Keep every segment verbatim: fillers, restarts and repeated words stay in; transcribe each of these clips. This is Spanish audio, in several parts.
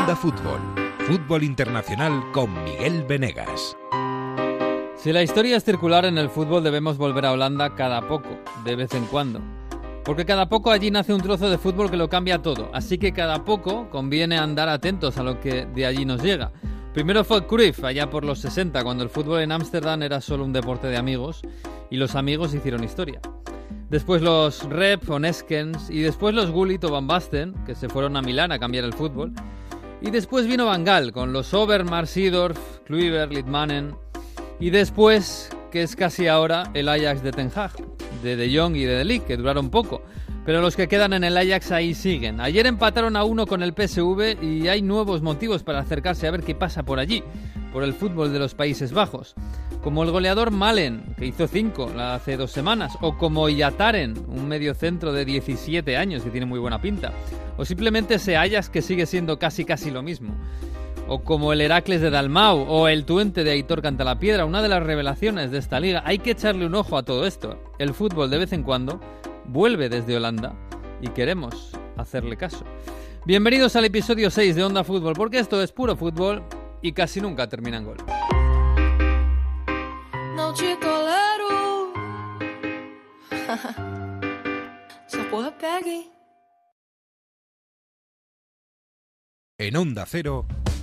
Onda Fútbol, fútbol internacional con Miguel Venegas. Si la historia es circular en el fútbol, debemos volver a Holanda cada poco, de vez en cuando. Porque cada poco allí nace un trozo de fútbol que lo cambia todo. Así que cada poco conviene andar atentos a lo que de allí nos llega. Primero fue Cruyff, allá por los sesenta, cuando el fútbol en Ámsterdam era solo un deporte de amigos y los amigos hicieron historia. Después los Rep o Neskens y después los Gullit o Van Basten, que se fueron a Milán a cambiar el fútbol. Y después vino Van Gaal con los Overmars, Seedorf, Kluivert, Litmanen. Y después, que es casi ahora, el Ajax de Ten Hag, de De Jong y de De Ligt, que duraron poco. Pero los que quedan en el Ajax ahí siguen. Ayer empataron a uno con el P S V y hay nuevos motivos para acercarse a ver qué pasa por allí, por el fútbol de los Países Bajos. Como el goleador Malen, que hizo cinco hace dos semanas, o como Iataren, un mediocentro de diecisiete años que tiene muy buena pinta. O simplemente ese Ajax que sigue siendo casi casi lo mismo. O como el Heracles de Dalmau, o el Twente de Aitor Cantalapiedra, una de las revelaciones de esta liga. Hay que echarle un ojo a todo esto. El fútbol de vez en cuando vuelve desde Holanda y queremos hacerle caso. Bienvenidos al episodio seis de Onda Fútbol, porque esto es puro fútbol y casi nunca termina en gol. Não te tolero. Essa porra pega, hein? En Onda Cero.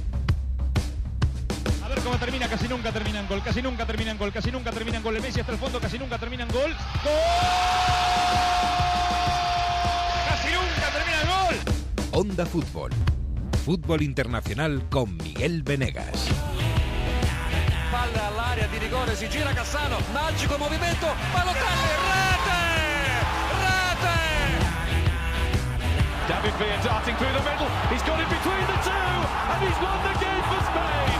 A ver cómo termina, casi nunca termina en gol, casi nunca termina en gol, casi nunca termina en gol. El Messi hasta el fondo, casi nunca termina en gol. ¡Gol! ¡Casi nunca termina en gol! Onda Fútbol, fútbol internacional con Miguel Venegas. Palla all'area di rigore, si gira Cassano, magico movimento, Balotelli, rete! Rete! David Villa darting through the middle, he's got it between the two, and he's won the game for Spain!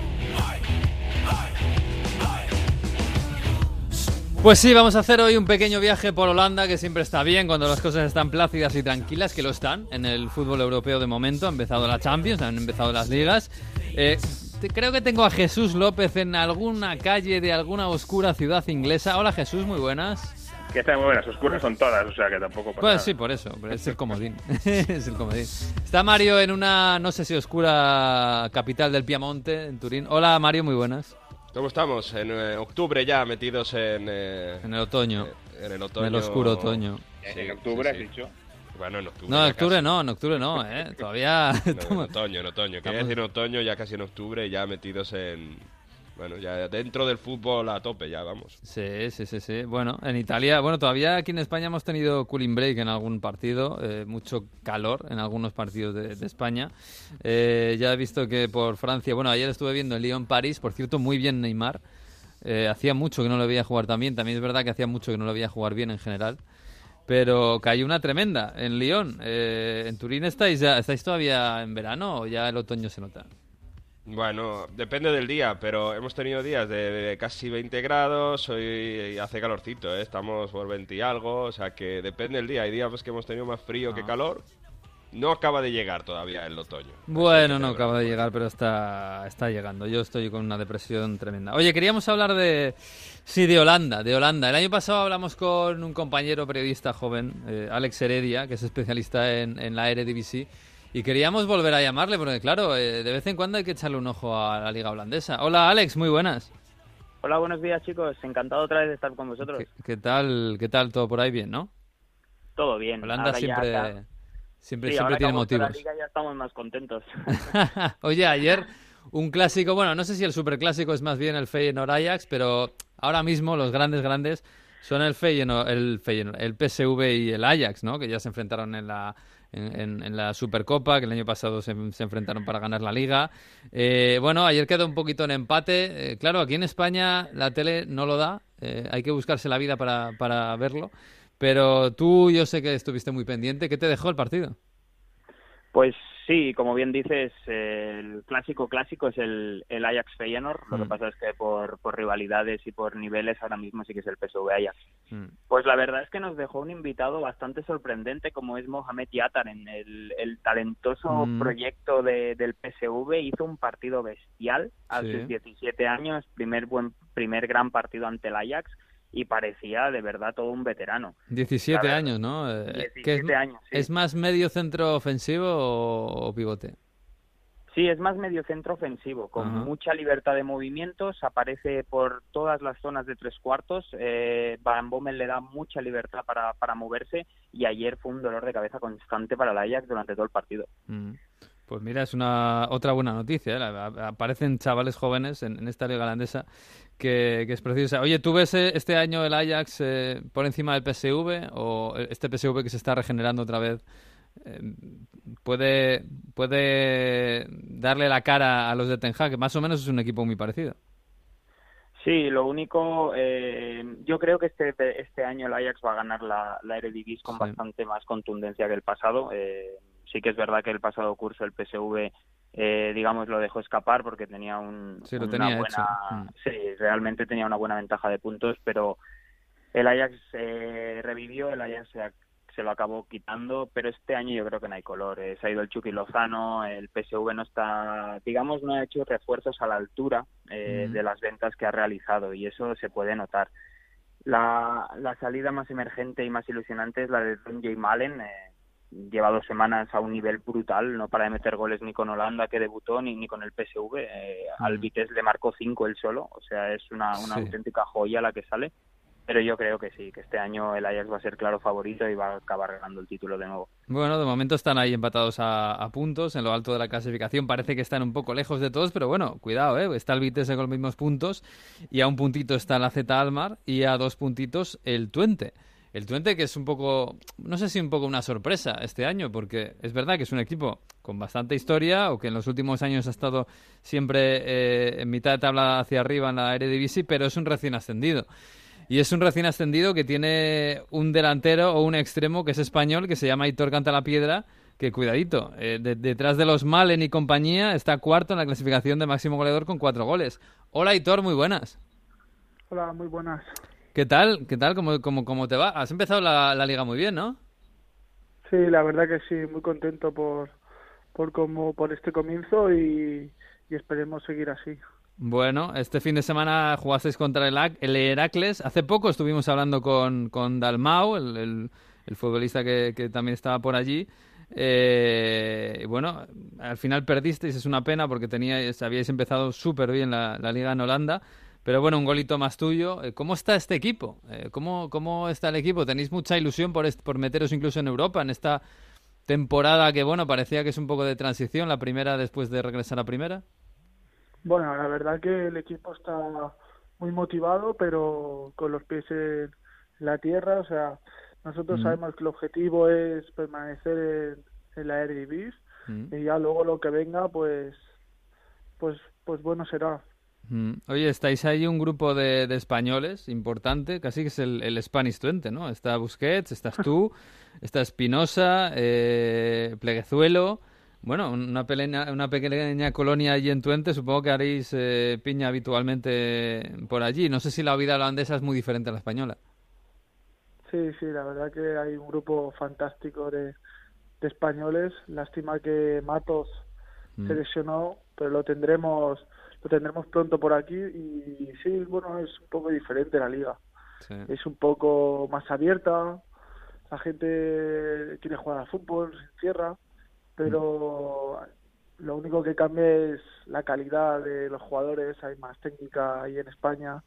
Pues sí, vamos a hacer hoy un pequeño viaje por Holanda, que siempre está bien cuando las cosas están plácidas y tranquilas, que lo están en el fútbol europeo de momento. Ha empezado la Champions, han empezado las ligas. Eh, creo que tengo a Jesús López en alguna calle de alguna oscura ciudad inglesa. Hola Jesús, muy buenas. Que están muy buenas, oscuras son todas, o sea que tampoco pasa Pues nada. sí, por eso, pero es el comodín. Es el comodín. Está Mario en una, no sé si oscura capital del Piamonte, en Turín. Hola Mario, muy buenas. ¿Cómo estamos? En eh, octubre ya metidos en... Eh, En el otoño. eh, en el otoño. En el oscuro otoño. En Sí, octubre sí, sí. has dicho. Bueno, en octubre. No, en ya octubre casi. no, en octubre no, ¿eh? Todavía No, en estamos... otoño, en otoño. Quería Estamos- decir en otoño, ya casi en octubre, ya metidos en... Bueno, ya dentro del fútbol a tope, ya vamos. Sí, sí, sí, sí. Bueno, en Italia, bueno, todavía aquí en España hemos tenido cooling break en algún partido, eh, mucho calor en algunos partidos de, de España. Eh, ya he visto que por Francia, bueno, ayer estuve viendo el Lyon-París, por cierto, muy bien Neymar. Eh, hacía mucho que no lo veía jugar tan bien, también es verdad que hacía mucho que no lo veía jugar bien en general. Pero cayó una tremenda en Lyon. Eh, ¿En Turín estáis, ya, estáis todavía en verano o ya el otoño se nota? Bueno, depende del día, pero hemos tenido días de, de casi veinte grados, hoy hace calorcito, ¿eh? Estamos por veinte y algo, o sea que depende del día. Hay días que hemos tenido más frío Ah. que calor. No acaba de llegar todavía el otoño. Bueno, Así que no te- acaba de llegar, pero está, está llegando. Yo estoy con una depresión tremenda. Oye, queríamos hablar de, sí, de Holanda, de Holanda. El año pasado hablamos con un compañero periodista joven, eh, Alex Heredia, que es especialista en, en la Eredivisie, y queríamos volver a llamarle, porque claro, eh, de vez en cuando hay que echarle un ojo a la liga holandesa. Hola Alex, muy buenas. Hola, buenos días chicos, encantado otra vez de estar con vosotros. ¿Qué, qué tal, qué tal todo por ahí? Bien, ¿no? Todo bien. Holanda Ahora ya siempre, acá- siempre, sí, siempre ahora tiene acabamos con la motivos. liga ya estamos más contentos. Oye, ayer un clásico, bueno, no sé si el superclásico es más bien el Feyenoord-Ajax, pero ahora mismo los grandes grandes son el Feyenoord, el Feyenoord, el P S V y el Ajax, ¿no? Que ya se enfrentaron en la en, en- en la Supercopa, que el año pasado se, se enfrentaron para ganar la Liga. Eh, bueno, ayer quedó un poquito en empate. Eh, claro, aquí en España la tele no lo da, eh, hay que buscarse la vida para, para verlo. Pero tú, yo sé que estuviste muy pendiente. ¿Qué te dejó el partido? Pues sí, como bien dices, eh, el clásico clásico es el, el Ajax Feyenoord. Lo que Mm. pasa es que por, por rivalidades y por niveles ahora mismo sí que es el P S V Ajax. Mm. Pues la verdad es que nos dejó un invitado bastante sorprendente como es Mohamed Iataren, el, el talentoso Mm. proyecto de, del P S V. Hizo un partido bestial a Sí. sus diecisiete años, primer buen primer gran partido ante el Ajax, y parecía de verdad todo un veterano. diecisiete La verdad, años, ¿no? Eh, diecisiete ¿qué es, años, sí. ¿Es más medio centro ofensivo o, o pivote? Sí, es más mediocentro ofensivo, con Ajá. mucha libertad de movimientos, aparece por todas las zonas de tres cuartos, eh, Van Bommel le da mucha libertad para, para moverse, y ayer fue un dolor de cabeza constante para el Ajax durante todo el partido. Mm. Pues mira, es una otra buena noticia, ¿eh? A- Aparecen chavales jóvenes en, en esta liga holandesa que, que es preciosa. Oye, ¿tú ves eh, este año el Ajax eh, por encima del P S V o este P S V que se está regenerando otra vez? Eh, puede puede darle la cara a los de Ten Hag, que más o menos es un equipo muy parecido. Sí, lo único, eh, yo creo que este este año el Ajax va a ganar la, la Eredivisie con Sí. bastante más contundencia que el pasado. Eh, sí que es verdad que el pasado curso el P S V, eh, digamos, lo dejó escapar porque tenía un, Sí, lo una tenía buena, hecho. Mm. sí, realmente tenía una buena ventaja de puntos, pero el Ajax eh, revivió, el Ajax se, se lo acabó quitando, pero este año yo creo que no hay color. Eh, se ha ido el Chucky Lozano, el P S V no está, digamos, no ha hecho refuerzos a la altura eh, Mm. de las ventas que ha realizado, y eso se puede notar. La, la salida más emergente y más ilusionante es la de Don J. Malen. Eh, lleva dos semanas a un nivel brutal, no para de meter goles ni con Holanda, que debutó, ni, ni con el P S V. Eh, Mm. Al Vitesse le marcó cinco él solo, o sea, es una, una Sí. auténtica joya la que sale. Pero yo creo que sí, que este año el Ajax va a ser claro favorito y va a acabar ganando el título de nuevo. Bueno, de momento están ahí empatados a, a puntos en lo alto de la clasificación. Parece que están un poco lejos de todos, pero bueno, cuidado, ¿eh? Está el Vitesse con los mismos puntos y a un puntito está la Z Almar y a dos puntitos el Twente. El Twente que es un poco, no sé si un poco una sorpresa este año, porque es verdad que es un equipo con bastante historia o que en los últimos años ha estado siempre eh, en mitad de tabla hacia arriba en la Eredivisie, pero es un recién ascendido. Y es un recién ascendido que tiene un delantero o un extremo que es español, que se llama Aitor Cantalapiedra, que cuidadito, eh, de, detrás de los Malen y compañía está cuarto en la clasificación de máximo goleador con cuatro goles. Hola Aitor, muy buenas. Hola, muy buenas. ¿Qué tal? ¿Qué tal? ¿Cómo, cómo, cómo te va? Has empezado la, la liga muy bien, ¿no? Sí, la verdad que sí, muy contento por por como por este comienzo y, y esperemos seguir así. Bueno, este fin de semana jugasteis contra el, Ac- el Heracles. Hace poco estuvimos hablando con, con Dalmau, el, el, el futbolista que, que también estaba por allí. Eh, y bueno, al final perdisteis, es una pena porque teníais, habíais empezado súper bien la, la liga en Holanda. Pero bueno, un golito más tuyo. Eh, ¿Cómo está este equipo? Eh, ¿cómo, ¿Cómo está el equipo? ¿Tenéis mucha ilusión por, est- por meteros incluso en Europa en esta temporada que, bueno, parecía que es un poco de transición, la primera después de regresar a primera? Bueno, la verdad que el equipo está muy motivado, pero con los pies en la tierra. O sea, nosotros Mm. sabemos que el objetivo es permanecer en, en la Eredivisie Mm. y ya luego lo que venga, pues, pues, pues bueno será. Mm. Oye, estáis ahí un grupo de, de españoles importante, casi que es el, el Spanish Twente, ¿no? Está Busquets, estás tú, está Espinosa, eh, Pleguezuelo. Bueno, una, pelea, una pequeña colonia allí en Twente, supongo que haréis eh, piña habitualmente por allí. No sé si la vida holandesa es muy diferente a la española. Sí, sí, la verdad que hay un grupo fantástico de, de españoles. Lástima que Matos Mm. se lesionó, pero lo tendremos lo tendremos pronto por aquí y sí, bueno, es un poco diferente la liga. Sí. Es un poco más abierta, la gente quiere jugar al fútbol, se encierra, pero lo único que cambia es la calidad de los jugadores, hay más técnica ahí en España,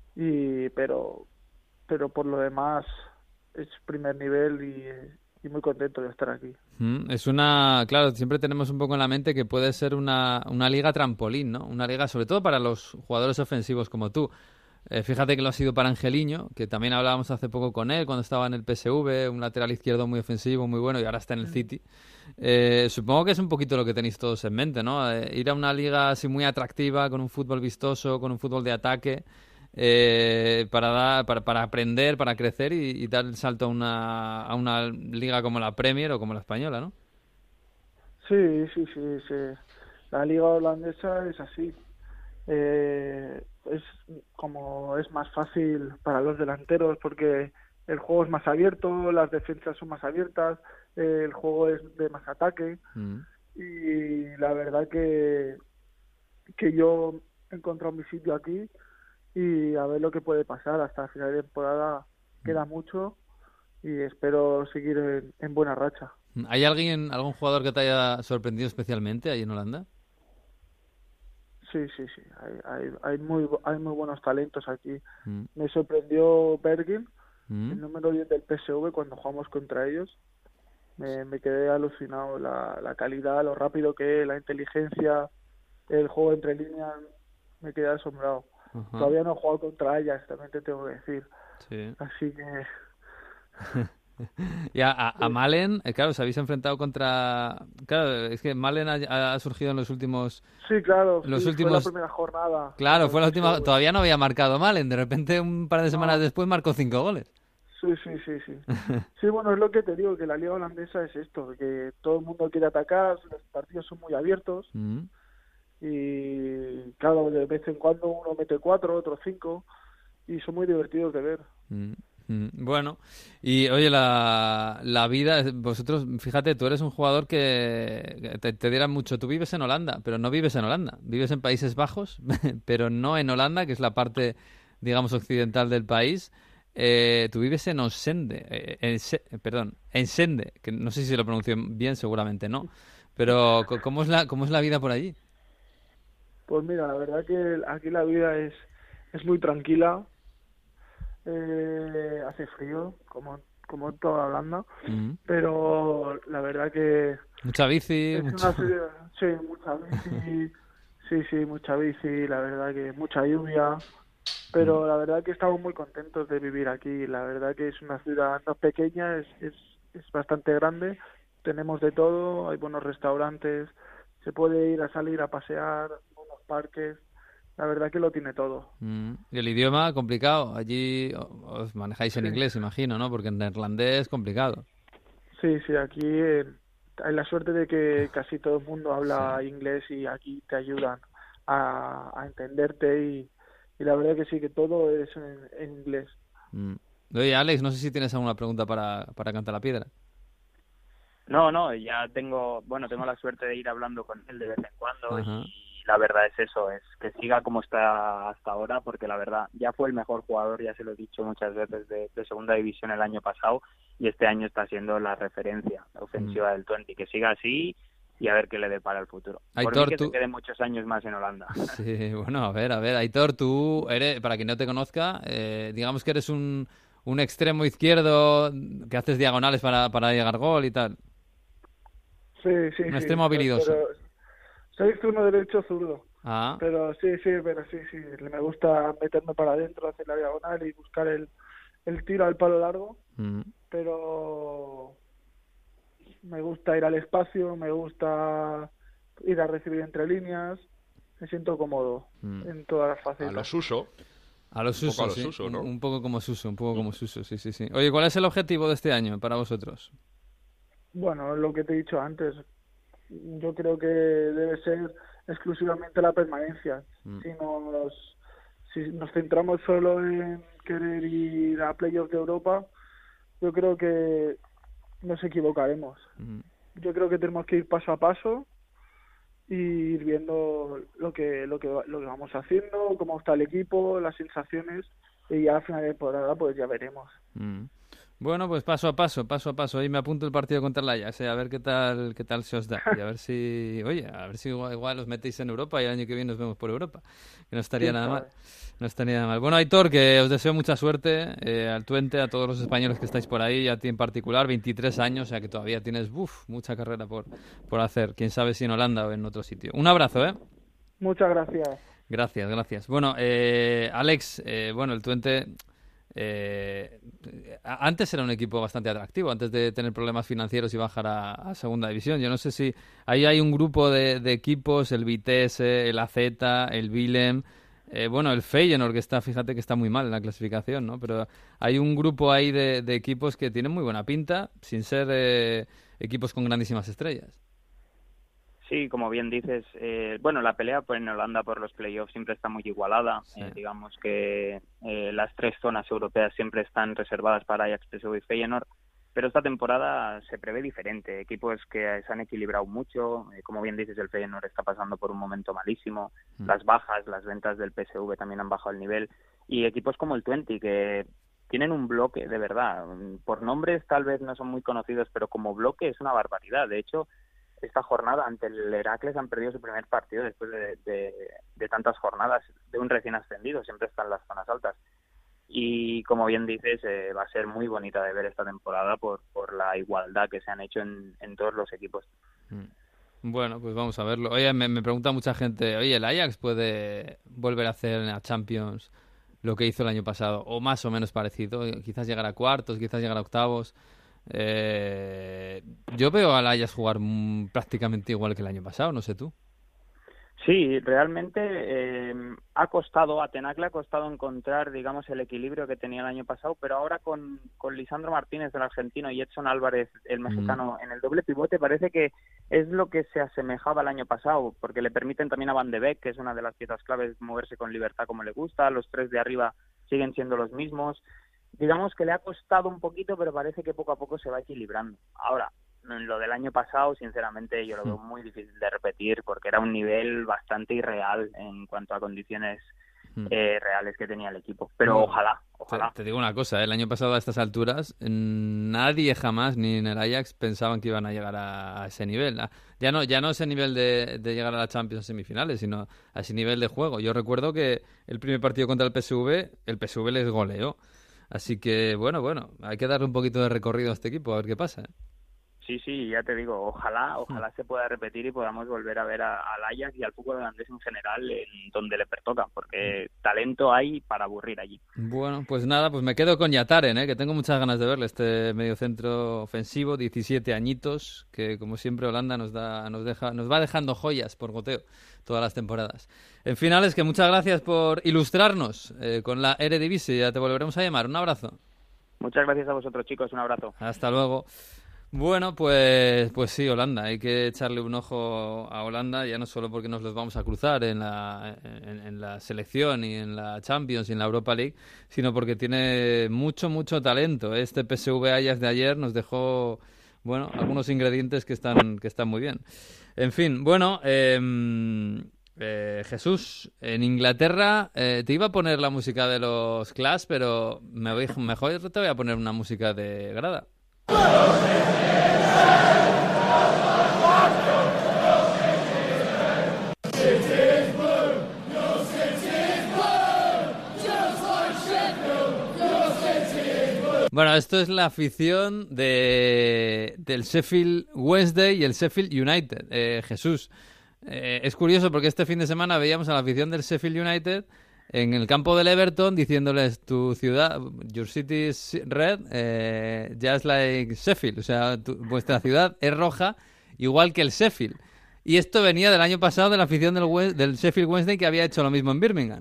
y pero pero por lo demás es primer nivel y, y muy contento de estar aquí. Mm, Es una, claro, siempre tenemos un poco en la mente que puede ser una, una liga trampolín, ¿no? Una liga sobre todo para los jugadores ofensivos como tú. Eh, fíjate que lo ha sido para Angeliño, que también hablábamos hace poco con él cuando estaba en el P S V, un lateral izquierdo muy ofensivo, muy bueno, y ahora está en el City. Eh, supongo que es un poquito lo que tenéis todos en mente, ¿no? Eh, ir a una liga así muy atractiva, con un fútbol vistoso, con un fútbol de ataque, eh, para, dar, para, para aprender, para crecer y, y dar el salto a una, a una liga como la Premier o como la española, ¿no? Sí, sí, sí, sí. La liga holandesa es así. Eh, es como es más fácil para los delanteros porque el juego es más abierto, las defensas son más abiertas, eh, el juego es de más ataque Mm. y la verdad que que yo he encontrado mi sitio aquí y a ver lo que puede pasar hasta el final de temporada. Queda mucho y espero seguir en, en buena racha. ¿Hay alguien, algún jugador que te haya sorprendido especialmente ahí en Holanda? Sí, sí, sí. Hay, hay, hay muy hay muy buenos talentos aquí. Mm. Me sorprendió Bergin, Mm. el número diez del P S V, cuando jugamos contra ellos. Me, me quedé alucinado. La, la calidad, lo rápido que es, la inteligencia, el juego entre líneas. Me quedé asombrado. Ajá. Todavía no he jugado contra Ajax, también te tengo que decir. Sí. Así que... Y a, a, a Malen, eh, claro, os habéis enfrentado contra... Claro, es que Malen ha, ha surgido en los últimos... Sí, claro, los sí, últimos... fue la primera jornada. Claro, fue la P S V. última... Todavía no había marcado Malen, de repente un par de semanas No. después marcó cinco goles. Sí, sí, sí, sí. Sí, bueno, es lo que te digo, que la liga holandesa es esto, que todo el mundo quiere atacar, los partidos son muy abiertos Mm. y, claro, de vez en cuando uno mete cuatro, otro cinco y son muy divertidos de ver. Mm, mm. Bueno, y oye, la, la vida, vosotros, fíjate, tú eres un jugador que, que te, te diera mucho, tú vives en Holanda, pero no vives en Holanda, vives en Países Bajos, pero no en Holanda, que es la parte, digamos, occidental del país. Eh, tú vives en Oostende, eh, en Se- perdón, en Sende, que no sé si lo pronuncio bien, seguramente no, pero co- ¿cómo es la, cómo es la vida por allí? Pues mira, la verdad que aquí la vida es, es muy tranquila, eh, hace frío, como, como en toda Holanda, Mm. pero la verdad que Mucha bici, es mucho... una ciudad, sí, mucha bici, sí, sí, mucha bici, la verdad que mucha lluvia, pero la verdad que estamos muy contentos de vivir aquí. La verdad que es una ciudad no pequeña, es, es, es bastante grande, tenemos de todo, hay buenos restaurantes, se puede ir a salir a pasear, buenos parques, la verdad que lo tiene todo. Mm. Y el idioma complicado, allí o- os manejáis en Sí. inglés, imagino, ¿no? Porque en neerlandés es complicado. Sí, sí, aquí eh, hay la suerte de que casi todo el mundo habla inglés y aquí te ayudan a, a entenderte y, y la verdad que sí, que todo es en, en inglés. Mm. Oye, Alex, no sé si tienes alguna pregunta para, para Canta la Piedra. No, no, ya tengo, bueno, tengo la suerte de ir hablando con él de vez en cuando Ajá. y la verdad es eso, es que siga como está hasta ahora, porque la verdad ya fue el mejor jugador, ya se lo he dicho muchas veces, de, de segunda división el año pasado y este año está siendo la referencia ofensiva del Twente, que siga así y a ver qué le depara el futuro. Por Aitor, mí que tú- se quede muchos años más en Holanda. Sí, bueno, a ver, a ver, Aitor, tú eres, para quien no te conozca, eh, digamos que eres un, un extremo izquierdo que haces diagonales para, para llegar gol y tal. Sí, sí, Un sí. extremo habilidoso. Pero soy extremo derecho zurdo. Ah, Pero sí, sí, pero sí, sí. Me gusta meterme para adentro, hacer la diagonal y buscar el, el tiro al palo largo. mm, Pero me gusta ir al espacio, me gusta ir a recibir entre líneas. Me siento cómodo Mm. en todas las A facetas. lo Suso. a los Un poco Suso, a lo sí. Suso, Un- ¿no? Un, poco como Suso, un poco como Suso, sí, sí, sí. Oye, ¿cuál es el objetivo de este año para vosotros? Bueno, lo que te he dicho antes, yo creo que debe ser exclusivamente la permanencia. Mm. Si nos, si nos centramos solo en querer ir a playoffs de Europa, yo creo que nos equivocaremos. Mm. Yo creo que tenemos que ir paso a paso y ir viendo lo que lo que lo que vamos haciendo, cómo está el equipo, las sensaciones y ya a final de temporada pues ya veremos. Mm. Bueno, pues paso a paso, paso a paso. Ahí me apunto el partido contra el Ajax, eh, a ver qué tal, qué tal se os da. Y a ver si, oye, a ver si igual, igual os metéis en Europa y el año que viene nos vemos por Europa. Que no estaría ¿Quién nada sabe? mal. No estaría nada mal. Bueno, Aitor, que os deseo mucha suerte, eh, al Twente, a todos los españoles que estáis por ahí, y a ti en particular, veintitrés años, o sea que todavía tienes, uf, mucha carrera por, por hacer. Quién sabe si en Holanda o en otro sitio. Un abrazo, ¿eh? Muchas gracias. Gracias, gracias. Bueno, eh, Alex, eh, bueno, el Twente eh, a- antes era un equipo bastante atractivo, antes de tener problemas financieros y bajar a, a segunda división. Yo no sé si ahí hay un grupo de, de equipos, el Vitesse, el A Z, el Willem, eh, bueno, el Feyenoord, que está, fíjate que está muy mal en la clasificación, ¿no? Pero hay un grupo ahí de, de equipos que tienen muy buena pinta, sin ser eh, equipos con grandísimas estrellas. Sí, como bien dices, eh, bueno, la pelea pues, en Holanda por los playoffs siempre está muy igualada. Sí. Eh, digamos que eh, las tres zonas europeas siempre están reservadas para Ajax, P S V y Feyenoord, pero esta temporada se prevé diferente. Equipos que se han equilibrado mucho, eh, como bien dices, el Feyenoord está pasando por un momento malísimo. Mm. Las bajas, las ventas del P S V también han bajado el nivel. Y equipos como el Twente, que tienen un bloque, de verdad. Por nombres tal vez no son muy conocidos, pero como bloque es una barbaridad. De hecho, esta jornada ante el Heracles han perdido su primer partido después de, de, de tantas jornadas, de un recién ascendido, siempre están en las zonas altas. Y como bien dices, eh, va a ser muy bonita de ver esta temporada por, por la igualdad que se han hecho en, en todos los equipos. Bueno, pues vamos a verlo. Oye, me, me pregunta mucha gente, oye, ¿el Ajax puede volver a hacer en la Champions lo que hizo el año pasado? O más o menos parecido, quizás llegar a cuartos, quizás llegar a octavos. Eh, yo veo al Ajax jugar mm, prácticamente igual que el año pasado, no sé tú. Sí, realmente eh, ha costado, a Tenac le ha costado encontrar, digamos, el equilibrio que tenía el año pasado, pero ahora con, con Lisandro Martínez, el argentino, y Edson Álvarez, el mexicano, mm. en el doble pivote, parece que es lo que se asemejaba al año pasado, porque le permiten también a Van de Beek, que es una de las piezas claves, moverse con libertad como le gusta, los tres de arriba siguen siendo los mismos. Digamos que le ha costado un poquito, pero parece que poco a poco se va equilibrando. Ahora, lo del año pasado, sinceramente, yo lo veo muy difícil de repetir porque era un nivel bastante irreal en cuanto a condiciones eh, reales que tenía el equipo. Pero no, ojalá, ojalá. Te, te digo una cosa, ¿eh? El año pasado a estas alturas nadie jamás, ni en el Ajax, pensaban que iban a llegar a, a ese nivel. Ya no ya no ese nivel de, de llegar a la Champions semifinales, sino a ese nivel de juego. Yo recuerdo que el primer partido contra el P S V, el P S V les goleó. Así que, bueno, bueno, hay que darle un poquito de recorrido a este equipo, a ver qué pasa, ¿eh? Sí, sí, ya te digo, ojalá, ojalá se pueda repetir y podamos volver a ver a, al Ajax y al fútbol holandés en general en donde le pertoca, porque talento hay para aburrir allí. Bueno, pues nada, pues me quedo con Yataren, ¿eh? Que tengo muchas ganas de verle, este mediocentro ofensivo, diecisiete añitos, que como siempre Holanda nos da, nos deja, nos va dejando joyas por goteo todas las temporadas. En finales, que muchas gracias por ilustrarnos eh, con la Eredivisie, ya te volveremos a llamar, un abrazo. Muchas gracias a vosotros, chicos, un abrazo. Hasta luego. Bueno, pues pues sí, Holanda. Hay que echarle un ojo a Holanda, ya no solo porque nos los vamos a cruzar en la, en, en la selección y en la Champions y en la Europa League, sino porque tiene mucho, mucho talento. Este P S V Ajax de ayer nos dejó, bueno, algunos ingredientes que están, que están muy bien. En fin, bueno, eh, eh, Jesús, en Inglaterra eh, te iba a poner la música de los Clash, pero me voy, mejor te voy a poner una música de grada. Bueno, esto es la afición de del Sheffield Wednesday y el Sheffield United. Eh, Jesús, eh, es curioso porque este fin de semana veíamos a la afición del Sheffield United en el campo del Everton diciéndoles tu ciudad, your city is red, eh, just like Sheffield, o sea, tu, vuestra ciudad es roja igual que el Sheffield. Y esto venía del año pasado de la afición del, West, del Sheffield Wednesday, que había hecho lo mismo en Birmingham.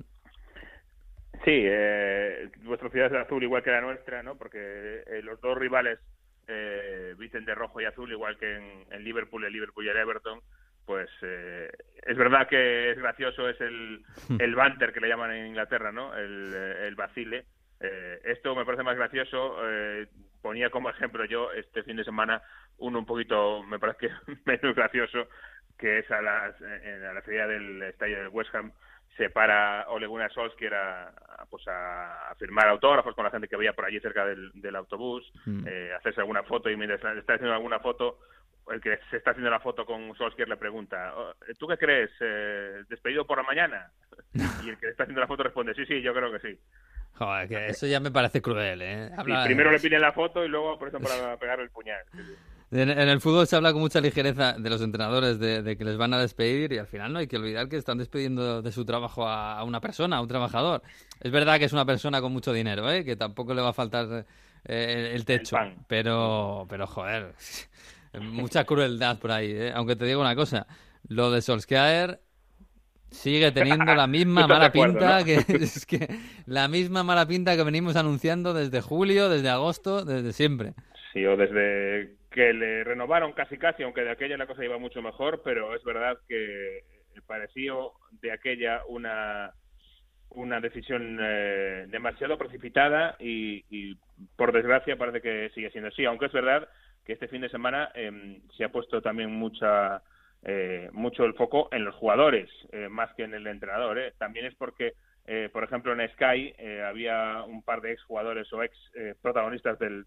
Sí, eh, vuestra ciudad es azul igual que la nuestra, ¿no? Porque eh, los dos rivales eh, visten de rojo y azul igual que en, en Liverpool, el Liverpool y el Everton. Pues eh, es verdad que es gracioso, es el, el banter que le llaman en Inglaterra, ¿no? El, el vacile. Eh, esto me parece más gracioso. Eh, ponía como ejemplo yo este fin de semana uno un poquito, me parece que menos gracioso, que es a, las, en, a la salida del estadio del West Ham se para Ole Gunnar Solskjaer a, a, pues a, a firmar autógrafos con la gente que veía por allí cerca del, del autobús, mm. eh, hacerse alguna foto, y mientras está haciendo alguna foto, el que se está haciendo la foto con Solskjaer le pregunta, ¿tú qué crees? Eh, ¿Despedido por la mañana? Y el que está haciendo la foto responde, sí, sí, yo creo que sí. Joder, que eso ya me parece cruel, ¿eh? Habla sí, primero de... le piden la foto y luego por eso para pegar el puñal. Sí, sí. En, en el fútbol se habla con mucha ligereza de los entrenadores, de, de que les van a despedir, y al final no hay que olvidar que están despidiendo de su trabajo a, a una persona, a un trabajador. Es verdad que es una persona con mucho dinero, ¿eh? Que tampoco le va a faltar eh, el techo, el pero, pero joder, mucha crueldad por ahí, ¿eh? Aunque te digo una cosa, lo de Solskjaer sigue teniendo la misma mala acuerdo, pinta, ¿no? que es que la misma mala pinta que venimos anunciando desde julio, desde agosto, desde siempre. Sí, o desde que le renovaron casi casi, aunque de aquella la cosa iba mucho mejor, pero es verdad que pareció de aquella una una decisión eh, demasiado precipitada y, y por desgracia parece que sigue siendo así, aunque es verdad que este fin de semana eh, se ha puesto también mucha eh, mucho el foco en los jugadores, eh, más que en el entrenador, ¿eh? También es porque, eh, por ejemplo, en Sky eh, había un par de exjugadores o ex eh, protagonistas del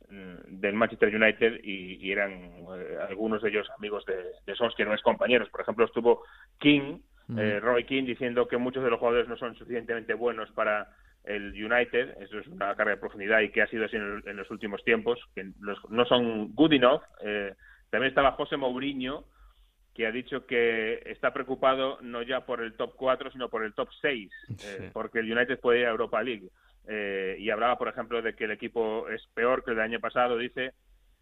del Manchester United y, y eran eh, algunos de ellos amigos de, de Solskjaer, no es compañeros. Por ejemplo, estuvo King, mm. eh, Roy King, diciendo que muchos de los jugadores no son suficientemente buenos para el United. Eso es una carga de profundidad y que ha sido así en, en los últimos tiempos, que los, no son good enough. Eh, también estaba José Mourinho, que ha dicho que está preocupado no ya por el top cuatro, sino por el top seis, sí. eh, porque el United puede ir a Europa League. Eh, y hablaba, por ejemplo, de que el equipo es peor que el del año pasado. Dice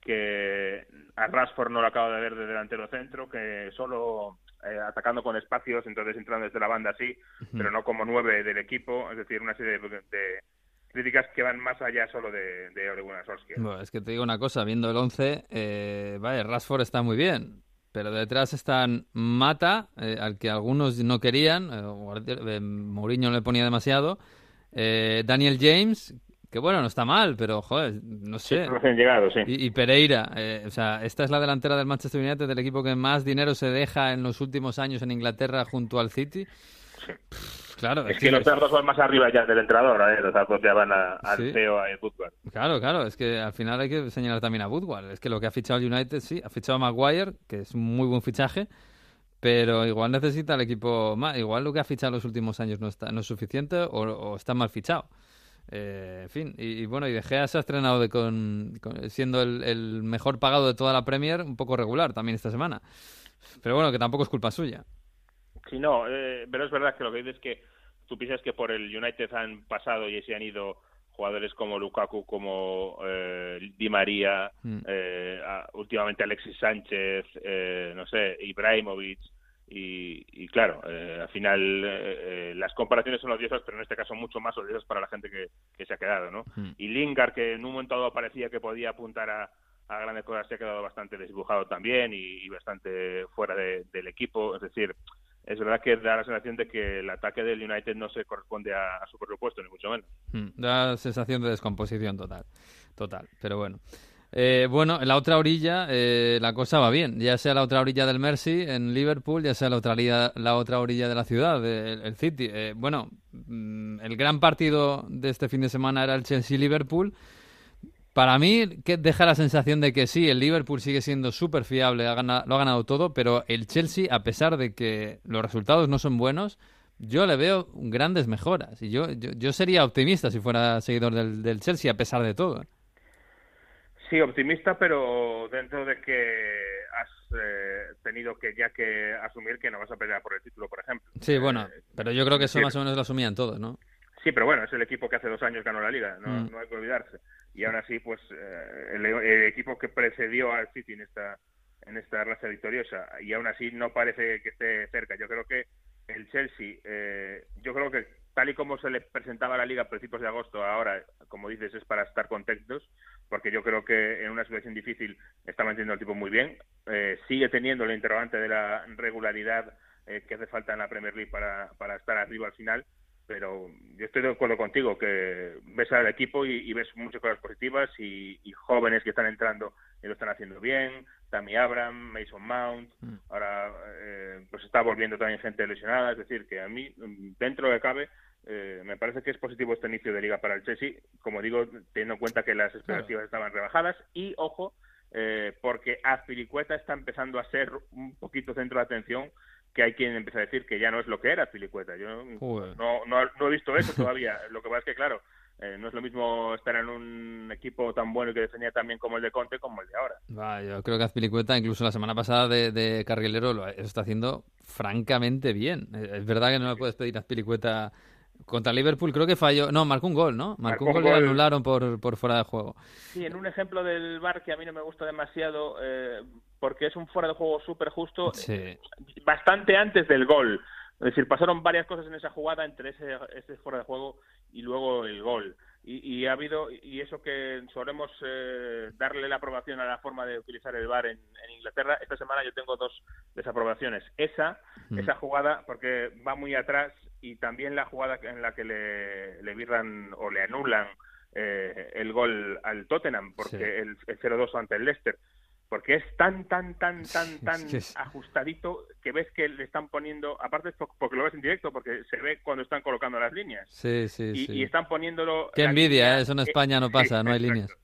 que a Rashford no lo acaba de ver de delantero centro, que solo eh, atacando con espacios, entonces entrando desde la banda sí, uh-huh. pero no como nueve del equipo. Es decir, una serie de, de críticas que van más allá solo de, de Ole Gunnar Solskjaer. Bueno, es que te digo una cosa, viendo el once, eh, vale, Rashford está muy bien, pero detrás están Mata, eh, al que algunos no querían, eh, eh, Mourinho le ponía demasiado, eh, Daniel James, que bueno, no está mal, pero joder, no sé. Sí, recién llegado, sí. Y, y Pereira, eh, o sea, esta es la delantera del Manchester United, del equipo que más dinero se deja en los últimos años en Inglaterra junto al City. Sí. Pff, claro, es, es que, que los cerdos van más arriba ya del entrenador, ¿eh? Los cerdos ya van a, al sí. C E O, a Woodward. Claro, claro, es que al final hay que señalar también a Woodward. Es que lo que ha fichado el United, sí, ha fichado a Maguire, que es un muy buen fichaje, pero igual necesita el equipo más. Igual lo que ha fichado en los últimos años no está no es suficiente o, o está mal fichado. Eh, en fin, y, y bueno, y De Gea se ha estrenado de con, con, siendo el, el mejor pagado de toda la Premier, un poco regular también esta semana. Pero bueno, que tampoco es culpa suya. Sí, no, eh, pero es verdad que lo que dices es que tú piensas que por el United han pasado y se han ido jugadores como Lukaku, como eh, Di María, mm. eh, a, últimamente Alexis Sánchez, eh, no sé, Ibrahimovic, y, y claro, eh, al final eh, las comparaciones son odiosas, pero en este caso mucho más odiosas para la gente que, que se ha quedado, ¿no? Mm. Y Lingard, que en un momento dado parecía que podía apuntar a, a grandes cosas, se ha quedado bastante desdibujado también y, y bastante fuera de, del equipo, es decir, es verdad que da la sensación de que el ataque del United no se corresponde a, a su propuesto, ni mucho menos. Mm, da sensación de descomposición total, total. Pero bueno, eh, bueno, en la otra orilla eh, la cosa va bien. Ya sea la otra orilla del Mersey en Liverpool, ya sea la otra orilla, la otra orilla de la ciudad, el, el City. Eh, bueno, mm, el gran partido de este fin de semana era el Chelsea-Liverpool. Para mí, que deja la sensación de que sí, el Liverpool sigue siendo súper fiable, ha ganado, lo ha ganado todo, pero el Chelsea, a pesar de que los resultados no son buenos, yo le veo grandes mejoras. Y yo yo, yo sería optimista si fuera seguidor del, del Chelsea, a pesar de todo. Sí, optimista, pero dentro de que has eh, tenido que ya que asumir que no vas a pelear por el título, por ejemplo. Sí, bueno, eh, pero yo creo que eso más o menos lo asumían todos, ¿no? Sí, pero bueno, es el equipo que hace dos años ganó la Liga, no, mm. no hay que olvidarse. Y aún así, pues, eh, el, el equipo que precedió al City en esta en esta racha victoriosa, y aún así no parece que esté cerca. Yo creo que el Chelsea, eh, yo creo que tal y como se le presentaba la Liga a principios de agosto, ahora, como dices, es para estar contentos, porque yo creo que en una situación difícil está manteniendo el tipo muy bien. Eh, sigue teniendo el interrogante de la regularidad eh, que hace falta en la Premier League para, para estar arriba al final. Pero yo estoy de acuerdo contigo, que ves al equipo y, y ves muchas cosas positivas y, y jóvenes que están entrando y lo están haciendo bien. Tammy Abraham, Mason Mount, mm. ahora eh, pues está volviendo también gente lesionada. Es decir, que a mí, dentro de lo que cabe, eh, me parece que es positivo este inicio de liga para el Chelsea, como digo, teniendo en cuenta que las expectativas claro. estaban rebajadas y, ojo, eh, porque Azpilicueta está empezando a ser un poquito centro de atención, que hay quien empieza a decir que ya no es lo que era Azpilicueta. Yo no, no, no he visto eso todavía. Lo que pasa es que, claro, eh, no es lo mismo estar en un equipo tan bueno y que defendía tan bien como el de Conte como el de ahora. Va, yo creo que Azpilicueta, incluso la semana pasada de, de carrilero, lo está haciendo francamente bien. Es verdad que no le puedes pedir a Azpilicueta contra Liverpool, creo que falló. No, marcó un gol, ¿no? Marcó, marcó un gol y lo anularon por, por fuera de juego. Sí, en un ejemplo del V A R que a mí no me gusta demasiado, eh, porque es un fuera de juego súper justo, sí. eh, bastante antes del gol. Es decir, pasaron varias cosas en esa jugada entre ese, ese fuera de juego y luego el gol. Y, y ha habido, y eso que solemos eh, darle la aprobación a la forma de utilizar el V A R en, en Inglaterra, esta semana yo tengo dos desaprobaciones. Esa, mm. esa jugada, porque va muy atrás, y también la jugada en la que le, le birran o le anulan eh, el gol al Tottenham, porque sí. el, el cero dos ante el Leicester. Porque es tan, tan, tan, tan, tan es que es... ajustadito que ves que le están poniendo, aparte porque lo ves en directo, porque se ve cuando están colocando las líneas. Sí, sí, y, sí. y están poniéndolo... Qué envidia, línea, ¿eh? Eso en España no pasa, eh, no hay exacto. líneas.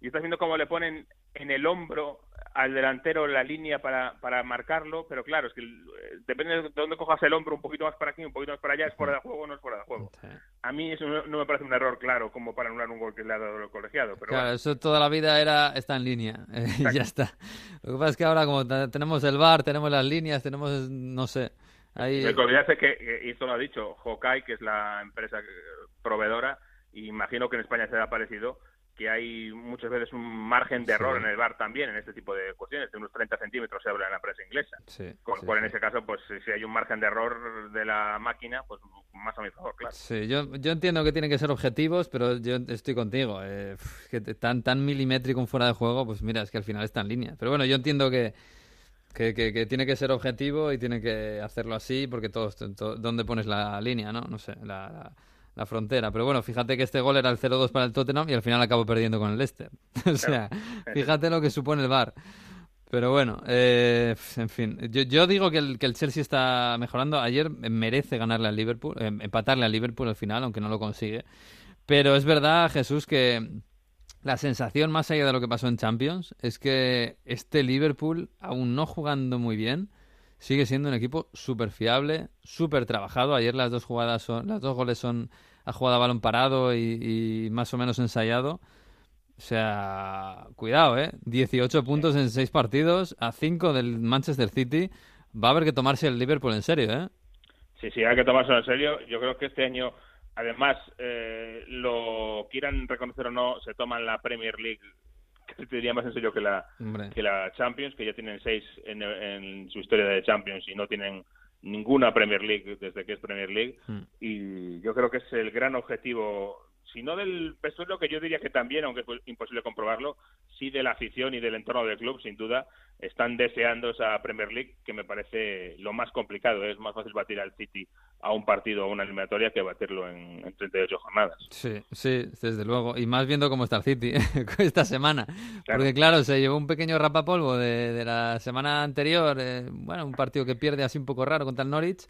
y estás viendo cómo le ponen en el hombro al delantero la línea para, para marcarlo, pero claro, es que depende de dónde cojas el hombro, un poquito más para aquí, un poquito más para allá, es fuera de juego o no es fuera de juego. Sí. A mí eso no, no me parece un error claro como para anular un gol que le ha dado el colegiado. Pero claro, bueno. Eso toda la vida era está en línea, eh, y ya está. Lo que pasa es que ahora como t- tenemos el V A R, tenemos las líneas, tenemos, no sé... Ahí... Me olvidaste que, y esto lo ha dicho, Hawkeye, que es la empresa proveedora, y imagino que en España será parecido, que hay muchas veces un margen de error sí. en el V A R también, en este tipo de cuestiones, de unos treinta centímetros se habla en la prensa inglesa. Sí, con lo sí, cual, sí. en ese caso, pues si hay un margen de error de la máquina, pues más a mi favor, claro. Sí, yo, yo entiendo que tienen que ser objetivos, pero yo estoy contigo. Eh, que tan, tan milimétrico un fuera de juego, pues mira, es que al final está en línea. Pero bueno, yo entiendo que Que, que, que tiene que ser objetivo y tiene que hacerlo así porque todos, todo, ¿dónde pones la línea, no? No sé, la, la, la frontera. Pero bueno, fíjate que este gol era el cero dos para el Tottenham y al final acabó perdiendo con el Leicester. O sea, fíjate lo que supone el V A R. Pero bueno, eh, en fin, yo, yo digo que el, que el Chelsea está mejorando. Ayer merece ganarle al Liverpool, eh, empatarle al Liverpool al final, aunque no lo consigue. Pero es verdad, Jesús, que la sensación, más allá de lo que pasó en Champions, es que este Liverpool, aún no jugando muy bien, sigue siendo un equipo súper fiable, súper trabajado. Ayer las dos jugadas son, las dos goles son a jugada a balón parado y, y más o menos ensayado. O sea, cuidado, ¿eh? dieciocho puntos en seis partidos, a cinco del Manchester City. Va a haber que tomarse el Liverpool en serio, ¿eh? Sí, sí, hay que tomarse en serio. Yo creo que este año... Además, eh, lo quieran reconocer o no, se toman la Premier League, que te diría más en serio que la, que la Champions, que ya tienen seis en, en su historia de Champions y no tienen ninguna Premier League desde que es Premier League. Mm. Y yo creo que es el gran objetivo, si no del P S V, que yo diría que también, aunque es imposible comprobarlo, sí de la afición y del entorno del club, sin duda, están deseando esa Premier League, que me parece lo más complicado. Es más fácil batir al City a un partido o a una eliminatoria que batirlo en, en treinta y ocho jornadas. Sí, sí, desde luego. Y más viendo cómo está el City esta semana. Claro. Porque claro, se llevó un pequeño rapapolvo de, de la semana anterior. Eh, bueno, un partido que pierde así un poco raro contra el Norwich.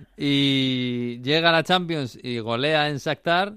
Y llega a la Champions y golea en Shakhtar.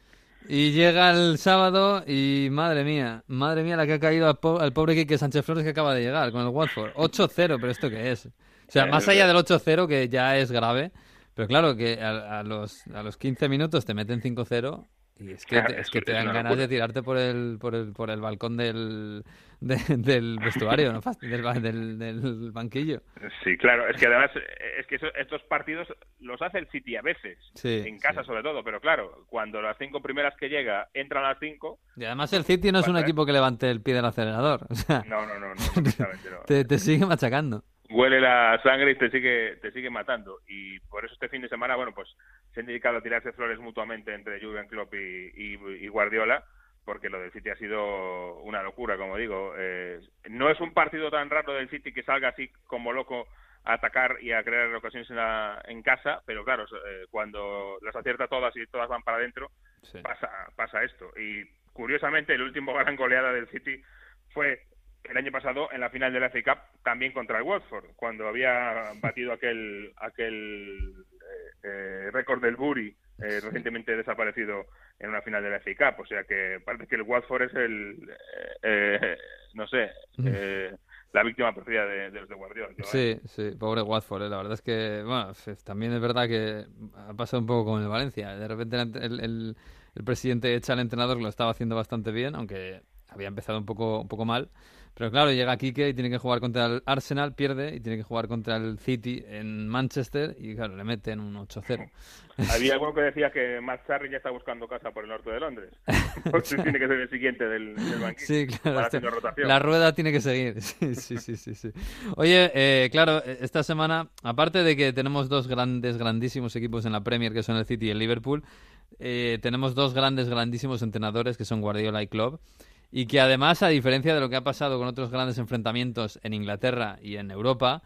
Y llega el sábado y madre mía, madre mía la que ha caído al, po- al pobre Quique Sánchez Flores que acaba de llegar con el Watford. ocho cero, pero ¿esto qué es? O sea, más allá del ocho cero, que ya es grave, pero claro que a, a los a los quince minutos te meten cinco cero y es que te, es que te dan ganas de tirarte por el por el por el balcón del de, del vestuario, ¿no? del, del, del banquillo. Sí, claro, es que además es que eso, estos partidos los hace el City a veces, sí, en casa sí. sobre todo, pero claro, cuando las cinco primeras que llega entran a las cinco... Y además el City no es un equipo que levante el pie del acelerador, o sea... No, no, no, no, precisamente no. te, te sigue machacando. Huele la sangre y te sigue te sigue matando. Y por eso este fin de semana, bueno, pues se han dedicado a tirarse flores mutuamente entre Jürgen Klopp y, y, y Guardiola, porque lo del City ha sido una locura, como digo. Eh, no es un partido tan raro del City que salga así como loco a atacar y a crear ocasiones en, la, en casa, pero claro, eh, cuando las acierta todas y todas van para adentro, sí. pasa, pasa esto. Y curiosamente, el último gran goleada del City fue el año pasado en la final de la F A Cup, también contra el Watford, cuando había batido aquel aquel eh, eh, récord del Bury, eh, sí. recientemente desaparecido en una final de la F A Cup. O sea que parece que el Watford es el, eh, eh, no sé, eh, la víctima preferida de, de los de Guardiola. Sí, sí, pobre Watford, eh. La verdad es que, bueno, también es verdad que ha pasado un poco como en el Valencia. De repente el, el, el presidente echa al entrenador que lo estaba haciendo bastante bien, aunque había empezado un poco, un poco mal. Pero claro, llega Quique y tiene que jugar contra el Arsenal, pierde, y tiene que jugar contra el City en Manchester, y claro, le meten un ocho cero. Había alguno que decía que Matt Sarri ya está buscando casa por el norte de Londres. Pues sí. Tiene que ser el siguiente del, del banquillo. Sí, claro. Este, la rueda tiene que seguir. Sí, sí, sí, sí, sí. Oye, eh, claro, esta semana, aparte de que tenemos dos grandes, grandísimos equipos en la Premier, que son el City y el Liverpool, eh, tenemos dos grandes, grandísimos entrenadores, que son Guardiola y Klopp. Y que además, a diferencia de lo que ha pasado con otros grandes enfrentamientos en Inglaterra y en Europa,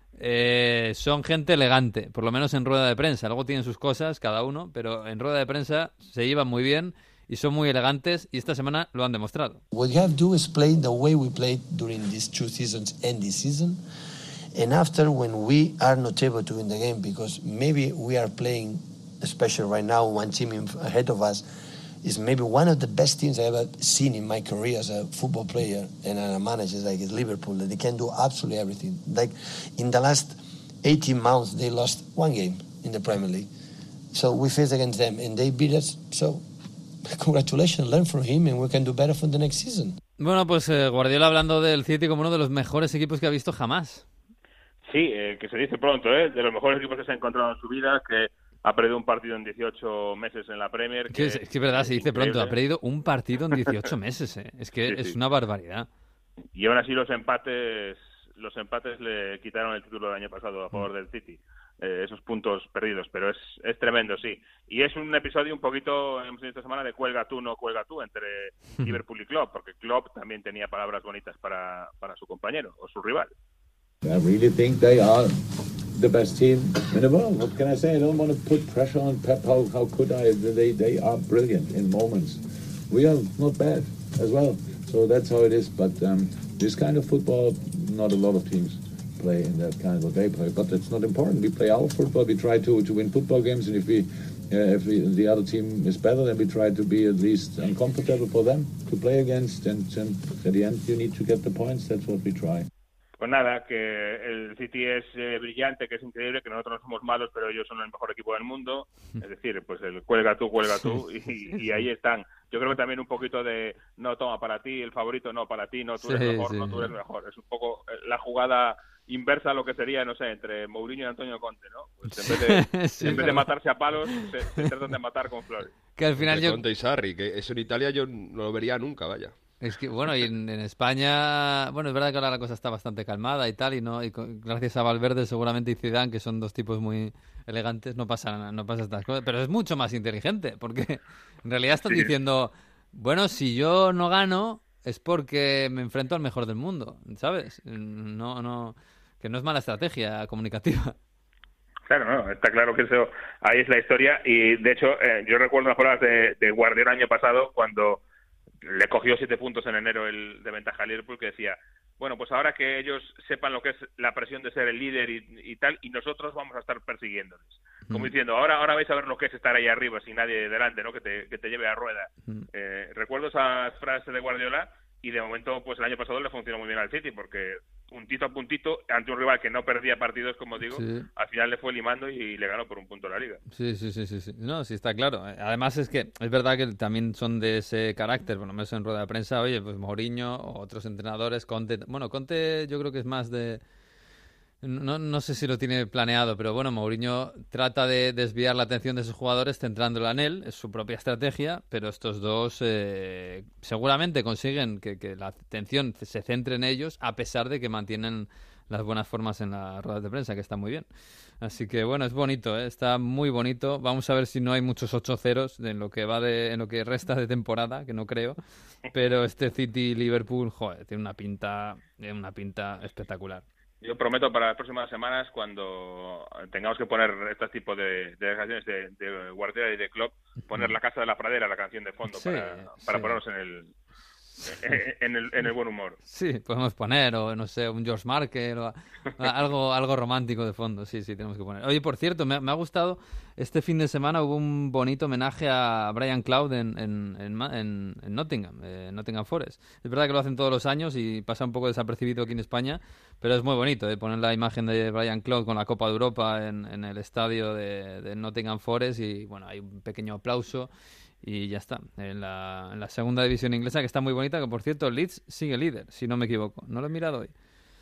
eh, son gente elegante, por lo menos en rueda de prensa. Luego tienen sus cosas, cada uno, pero en rueda de prensa se llevan muy bien y son muy elegantes, y esta semana lo han demostrado. What you have to do is play the way we played during these two seasons and this season. And after, when we are not able to win the game, because maybe we are playing, especially right now, one team ahead of us, is maybe one of the best teams I ever seen in my career as a football player and a manager, like Liverpool. They can do absolutely everything. Like in the last eighteen months, they lost one game in the Premier League. So we faced against them and they beat us. So congratulations, learn from him and we can do better for the next season. Bueno, pues eh, Guardiola hablando del City como uno de los mejores equipos que ha visto jamás. Sí, eh, que se dice pronto, ¿eh? De los mejores equipos que se ha encontrado en su vida, que ha perdido un partido en dieciocho meses en la Premier. Que es, es que es verdad, se dice increíble. Pronto, ha perdido un partido en dieciocho meses, ¿eh? Es que sí, es sí. una barbaridad. Y aún así los empates los empates le quitaron el título del año pasado a favor mm. del City, eh, esos puntos perdidos, pero es, es tremendo, sí. Y es un episodio un poquito, hemos tenido esta semana, de cuelga tú, no cuelga tú, entre Liverpool y Klopp, porque Klopp también tenía palabras bonitas para, para su compañero o su rival. I really think they are the best team in the world. What can I say? I don't want to put pressure on Pep. How, how could I? They, they are brilliant in moments. We are not bad as well. So that's how it is. But um, this kind of football, not a lot of teams play in that kind of what they play. But it's not important. We play our football. We try to, to win football games. And if we, uh, if we, the other team is better, then we try to be at least uncomfortable for them to play against. And, and at the end, you need to get the points. That's what we try. Pues nada, que el City es eh, brillante, que es increíble, que nosotros no somos malos, pero ellos son el mejor equipo del mundo. Es decir, pues el cuelga tú, cuelga tú, y, y ahí están. Yo creo que también un poquito de, no, toma, para ti, el favorito, no, para ti, no, tú eres sí, mejor, sí, no, tú eres mejor. Es un poco la jugada inversa a lo que sería, no sé, entre Mourinho y Antonio Conte, ¿no? Pues en vez de, sí, en vez de matarse a palos, se, se tratan de matar con flores. Que al final yo... Conte y Sarri, que eso en Italia yo no lo vería nunca, vaya. Es que, bueno, y en, en España, bueno, es verdad que ahora la cosa está bastante calmada y tal, y no y con, gracias a Valverde seguramente y Zidane, que son dos tipos muy elegantes, no pasa, no pasa estas cosas, pero es mucho más inteligente, porque en realidad estás sí. diciendo, bueno, si yo no gano es porque me enfrento al mejor del mundo, ¿sabes? No, no, que no es mala estrategia comunicativa. Claro, no, está claro que eso, ahí es la historia, y de hecho, eh, yo recuerdo unas palabras de, de Guardiola el año pasado, cuando le cogió siete puntos en enero el de ventaja a Liverpool, que decía, bueno, pues ahora que ellos sepan lo que es la presión de ser el líder y, y tal, y nosotros vamos a estar persiguiéndoles. Como mm. diciendo, ahora ahora vais a ver lo que es estar ahí arriba sin nadie delante, ¿no? Que te, que te lleve a rueda. Mm. Eh, recuerdo esas frases de Guardiola y de momento, pues el año pasado le funcionó muy bien al City, porque puntito a puntito, ante un rival que no perdía partidos, como digo, sí. al final le fue limando y le ganó por un punto la Liga. Sí, sí, sí, sí, sí. No, sí está claro. Además es que es verdad que también son de ese carácter, por lo menos en rueda de prensa, oye, pues Mourinho, otros entrenadores, Conte... Bueno, Conte yo creo que es más de... No, no sé si lo tiene planeado, pero bueno, Mourinho trata de desviar la atención de sus jugadores centrándola en él, es su propia estrategia, pero estos dos eh, seguramente consiguen que, que la atención se centre en ellos, a pesar de que mantienen las buenas formas en las ruedas de prensa, que está muy bien. Así que bueno, es bonito, ¿eh? Está muy bonito. Vamos a ver si no hay muchos ocho ceros en lo que va de, en lo que resta de temporada, que no creo, pero este City-Liverpool, joder, tiene una pinta, una pinta espectacular. Yo prometo para las próximas semanas, cuando tengamos que poner este tipo de, de declaraciones de, de Guardiola y de Klopp, poner La Casa de la Pradera, la canción de fondo, sí, para, para sí. ponernos en el, en, el, en el buen humor. Sí, podemos poner, o no sé, un George Marker, o algo, algo romántico de fondo, sí, sí, tenemos que poner. Oye, por cierto, me, me ha gustado, este fin de semana hubo un bonito homenaje a Brian Clough en, en, en, en, en Nottingham, eh, Nottingham Forest. Es verdad que lo hacen todos los años y pasa un poco desapercibido aquí en España, pero es muy bonito, eh, poner la imagen de Brian Clough con la Copa de Europa en, en el estadio de, de Nottingham Forest y, bueno, hay un pequeño aplauso. Y ya está, en la, en la segunda división inglesa, que está muy bonita, que por cierto Leeds sigue líder, si no me equivoco. No lo he mirado hoy.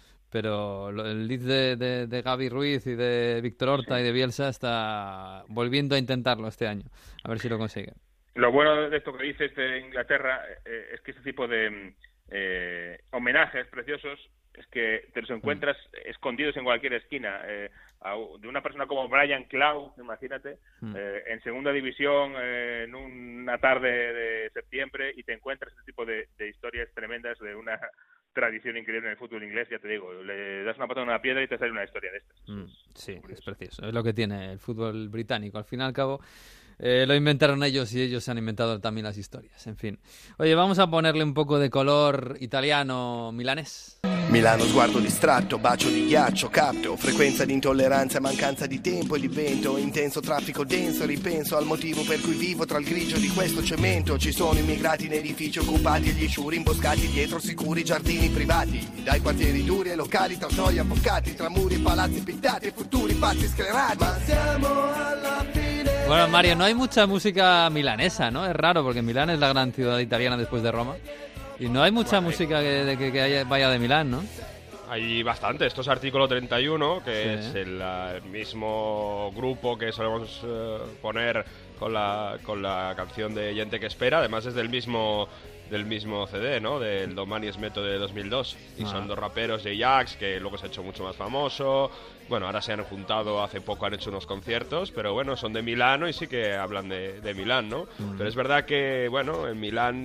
Pero el Leeds de, de, de Gaby Ruiz y de Víctor Horta sí. y de Bielsa está volviendo a intentarlo este año. A ver si lo consigue. Lo bueno de esto que dices de Inglaterra eh, es que este tipo de eh, homenajes preciosos es que te los encuentras mm. escondidos en cualquier esquina. Eh, a, de una persona como Brian Clough, imagínate, mm. eh, en segunda división, eh, en una tarde de septiembre, y te encuentras este tipo de, de historias tremendas de una tradición increíble en el fútbol inglés. Ya te digo, le das una patada a una piedra y te sale una historia de estas. Mm, sí, es precioso. Es lo que tiene el fútbol británico. Al fin y al cabo, Eh, lo inventaron ellos y ellos se han inventado también las historias, en fin. Oye, vamos a ponerle un poco de color italiano milanés. Milano, sguardo distratto, bacio di ghiaccio, capto, frequenza di intolleranza, mancanza di tempo e di vento, intenso traffico denso, ripenso al motivo per cui vivo tra il grigio di questo cemento. Ci sono immigrati in edifici occupati e gli sciuri imboscati dietro sicuri giardini privati, dai quartieri duri ai locali, tra suoi avvocati, tra muri e palazzi pintati e futuri pazzi sclerati. Ma siamo alla fine. Bueno, Mario, no hay mucha música milanesa, ¿no? Es raro porque Milán es la gran ciudad italiana después de Roma. Y no hay mucha bueno, música que, de, que, que haya, vaya de Milán, ¿no? Hay bastante. Esto es artículo treinta y uno, que sí. es el, el mismo grupo que solemos uh, poner con la, con la canción de Gente que espera. Además es del mismo del mismo C D, ¿no? Del Domani Smetto de dos mil dos. Y ah. son dos raperos de Ajax, que luego se ha hecho mucho más famoso. Bueno, ahora se han juntado, hace poco han hecho unos conciertos, pero bueno, son de Milano y sí que hablan de, de Milán, ¿no? Mm. Pero es verdad que, bueno, en Milán...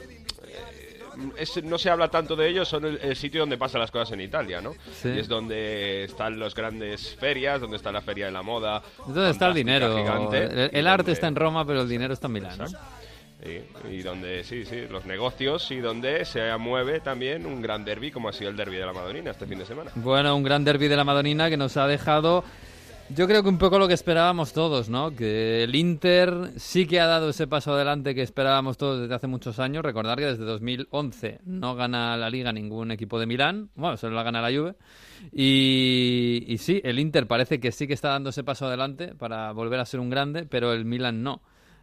Es, no se habla tanto de ellos, son el, el sitio donde pasan las cosas en Italia, ¿no? Sí. Y es donde están las grandes ferias, donde está la feria de la moda. Es donde está el dinero. Gigante, el el donde... arte está en Roma, pero el dinero está en Milán, ¿no? Y, y donde, sí, sí, los negocios y donde se mueve también un gran derbi como ha sido el derbi de la Madonina este fin de semana. Bueno, un gran derbi de la Madonina que nos ha dejado... Yo creo que un poco lo que esperábamos todos, ¿no? Que el Inter sí que ha dado ese paso adelante que esperábamos todos desde hace muchos años. Recordar que desde dos mil once no gana la Liga ningún equipo de Milán. Bueno, solo la gana la Juve. Y, y sí, el Inter parece que sí que está dando ese paso adelante para volver a ser un grande, pero el Milán no.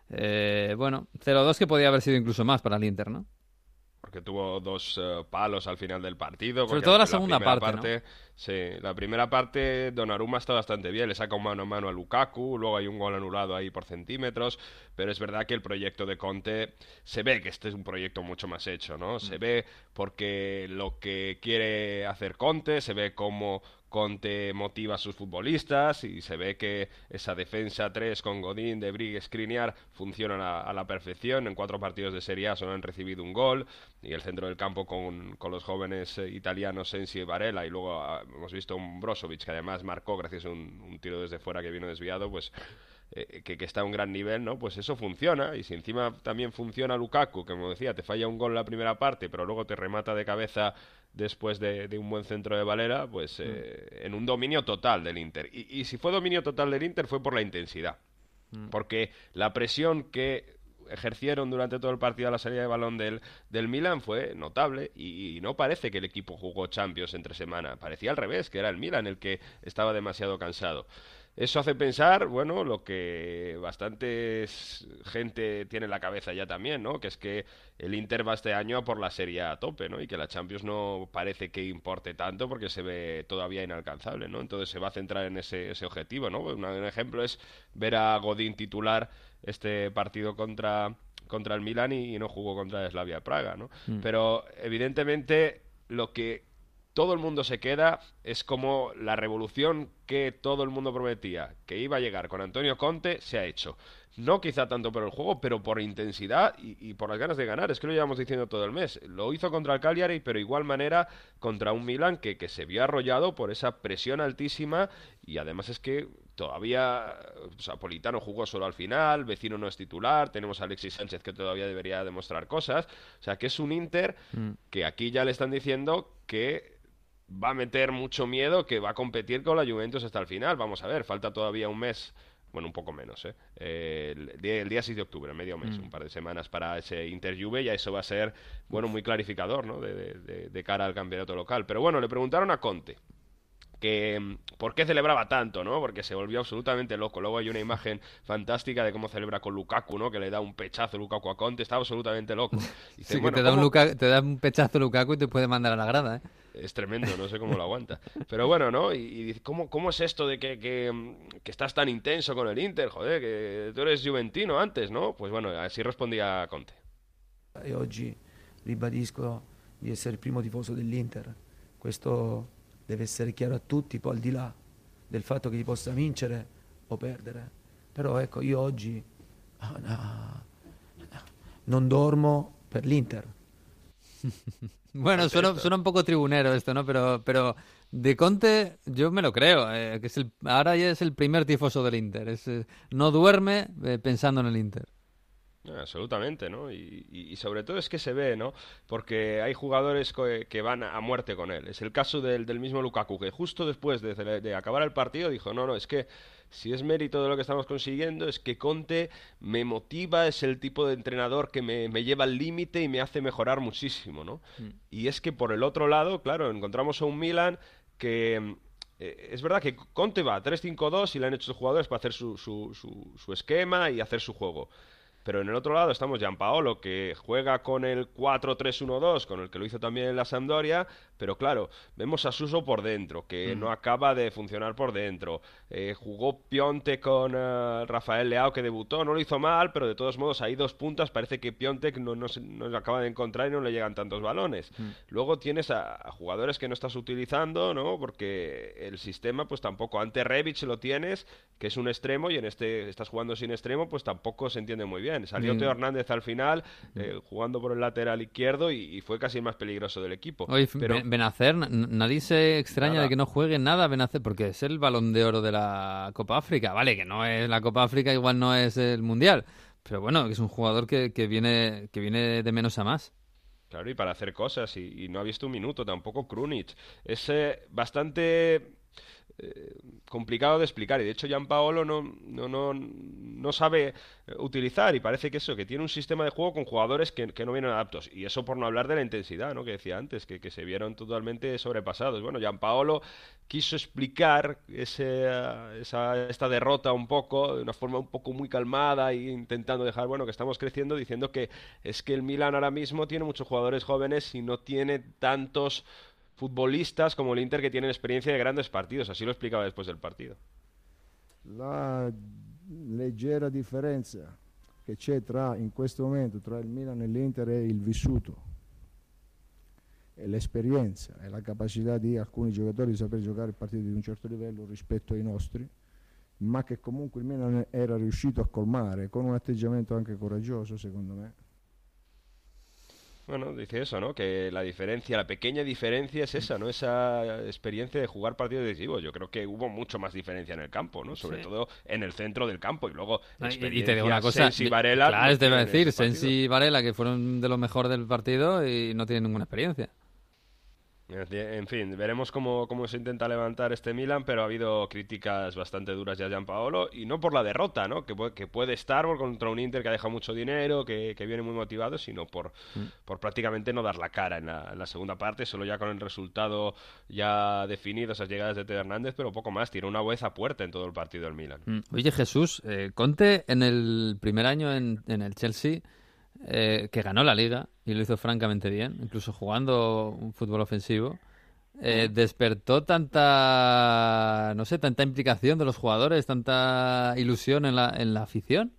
Eh, bueno, cero dos que podía haber sido incluso más para el Inter, ¿no? Porque tuvo dos uh, palos al final del partido. Sobre todo la segunda la parte, parte ¿no? Sí, la primera parte Donnarumma está bastante bien, le saca un mano a mano a Lukaku, luego hay un gol anulado ahí por centímetros, pero es verdad que el proyecto de Conte, se ve que este es un proyecto mucho más hecho, ¿no? Se ve porque lo que quiere hacer Conte, se ve cómo Conte motiva a sus futbolistas y se ve que esa defensa tres con Godín, De Vrij, Skriniar funcionan a, a la perfección. En cuatro partidos de Serie A solo han recibido un gol y el centro del campo con, con los jóvenes eh, italianos Sensi y Varela, y luego ah, hemos visto un Brozovic que además marcó gracias a un, un tiro desde fuera que vino desviado, pues eh, que, que está a un gran nivel, ¿no? Pues eso funciona. Y si encima también funciona Lukaku, que como decía, te falla un gol en la primera parte pero luego te remata de cabeza después de, de un buen centro de Valera, pues eh, mm. en un dominio total del Inter. Y, y si fue dominio total del Inter fue por la intensidad. Mm. Porque la presión que ejercieron durante todo el partido a la salida de balón del, del Milan fue notable y, y no parece que el equipo jugó Champions entre semana. Parecía al revés, que era el Milan el que estaba demasiado cansado. Eso hace pensar, bueno, lo que bastante gente tiene en la cabeza ya también, ¿no? Que es que el Inter va este año a por la Serie A a tope, ¿no? Y que la Champions no parece que importe tanto porque se ve todavía inalcanzable, ¿no? Entonces se va a centrar en ese, ese objetivo, ¿no? Un ejemplo es ver a Godín titular este partido contra, contra el Milan y, y no jugó contra el Slavia Praga, ¿no? Mm. Pero evidentemente lo que todo el mundo se queda es como la revolución que todo el mundo prometía que iba a llegar con Antonio Conte se ha hecho. No quizá tanto por el juego, pero por intensidad y, y por las ganas de ganar. Es que lo llevamos diciendo todo el mes. Lo hizo contra el Cagliari, pero igual manera contra un Milan que, que se vio arrollado por esa presión altísima. Y además es que todavía o sea, Politano jugó solo al final, Vecino no es titular, tenemos a Alexis Sánchez que todavía debería demostrar cosas. O sea que es un Inter mm. que aquí ya le están diciendo que va a meter mucho miedo, que va a competir con la Juventus hasta el final. Vamos a ver, falta todavía un mes, bueno, un poco menos, ¿eh? eh el, día, el día seis de octubre, medio mes, mm. un par de semanas para ese Inter-Juve, y eso va a ser, bueno, muy clarificador, ¿no? De, de, de cara al campeonato local. Pero bueno, le preguntaron a Conte que por qué celebraba tanto, ¿no? Porque se volvió absolutamente loco. Luego hay una imagen fantástica de cómo celebra con Lukaku, ¿no? Que le da un pechazo Lukaku a Conte, estaba absolutamente loco. Dice, sí, que bueno, te da, un Luka, te da un pechazo Lukaku y te puede mandar a la grada, ¿eh? Es tremendo, no sé cómo lo aguanta. Pero bueno, ¿no? Y, y dice, ¿cómo, ¿cómo es esto de que, que, que estás tan intenso con el Inter? Joder, que tú eres juventino antes, ¿no? Pues bueno, así respondía Conte. E oggi ribadisco di essere il primo tifoso dell'Inter. Questo deve essere chiaro a tutti, poi al di là del fatto che si possa vincere o perdere. Però ecco, io oggi no, non dormo per l'Inter. Bueno, suena, suena un poco tribunero esto, ¿no? Pero, pero de Conte yo me lo creo, eh, que es el, ahora ya es el primer tifoso del Inter. Es, eh, no duerme eh, pensando en el Inter. Absolutamente, ¿no? Y, y, y sobre todo es que se ve, ¿no? Porque hay jugadores que, que van a muerte con él. Es el caso del, del mismo Lukaku, que justo después de, de acabar el partido dijo, no, no, es que si es mérito de lo que estamos consiguiendo, es que Conte me motiva, es el tipo de entrenador que me, me lleva al límite y me hace mejorar muchísimo, ¿no? Mm. Y es que por el otro lado, claro, encontramos a un Milan que... Eh, es verdad que Conte va a tres cinco dos y le han hecho sus jugadores para hacer su, su, su, su esquema y hacer su juego. Pero en el otro lado estamos Gianpaolo, que juega con el cuatro tres uno dos, con el que lo hizo también en la Sampdoria, pero claro, vemos a Suso por dentro, que mm. no acaba de funcionar por dentro. Eh, jugó Piontek con uh, Rafael Leao, que debutó, no lo hizo mal, pero de todos modos hay dos puntas, parece que Piontek no, no, se, no se acaba de encontrar y no le llegan tantos balones. Mm. Luego tienes a, a jugadores que no estás utilizando, ¿no? Porque el sistema, pues tampoco, ante Rebic lo tienes, que es un extremo, y en este estás jugando sin extremo, pues tampoco se entiende muy bien. Salió mm. Teo Hernández al final, eh, jugando por el lateral izquierdo, y, y fue casi el más peligroso del equipo. Oye, pero Benacer, nadie se extraña nada. de que no juegue nada Benacer, porque es el Balón de Oro de la Copa África. Vale, que no es la Copa África, igual no es el Mundial, pero bueno, que es un jugador que, que, viene, que viene de menos a más. Claro, y para hacer cosas, y, y no ha visto un minuto tampoco Krunic. Es eh, bastante... Eh, complicado de explicar, y de hecho Gianpaolo no, no, no, no sabe utilizar, y parece que eso, que tiene un sistema de juego con jugadores que, que no vienen adaptos, y eso por no hablar de la intensidad, ¿no? Que decía antes, que, que se vieron totalmente sobrepasados. Bueno, Gianpaolo quiso explicar ese, esa, esta derrota un poco, de una forma un poco muy calmada, e intentando dejar, bueno, que estamos creciendo, diciendo que es que el Milan ahora mismo tiene muchos jugadores jóvenes y no tiene tantos futbolistas como el Inter, que tienen experiencia de grandes partidos. Así lo explicaba después del partido. La leggera differenza che c'è tra, in questo momento, tra il Milan e l'Inter è il vissuto, è l'esperienza, è la capacità di alcuni giocatori di saper giocare partite di un certo livello rispetto ai nostri, ma che comunque il Milan era riuscito a colmare con un atteggiamento anche coraggioso, secondo me. Bueno, dice eso, ¿no? Que la diferencia, la pequeña diferencia es esa, ¿no? Esa experiencia de jugar partidos decisivos. Yo creo que hubo mucho más diferencia en el campo, ¿no? Sobre sí. todo en el centro del campo. Y luego, experiencia, y te digo una cosa, Sensi y Varela. Claro, te iba a decir, Sensi y Varela, que fueron de lo mejor del partido y no tienen ninguna experiencia. En fin, veremos cómo, cómo se intenta levantar este Milan, pero ha habido críticas bastante duras ya a Gianpaolo, y no por la derrota, ¿no? Que puede, que puede estar contra un Inter que ha dejado mucho dinero, que, que viene muy motivado, sino por, mm. por prácticamente no dar la cara en la, en la segunda parte, solo ya con el resultado ya definido, esas llegadas de Teo Hernández, pero poco más. Tiene una bueza puerta en todo el partido del Milan. Mm. Oye, Jesús, eh, Conte en el primer año en, en el Chelsea, Eh, que ganó la Liga y lo hizo francamente bien, incluso jugando un fútbol ofensivo, eh, despertó tanta, no sé, tanta implicación de los jugadores, tanta ilusión en la, en la afición.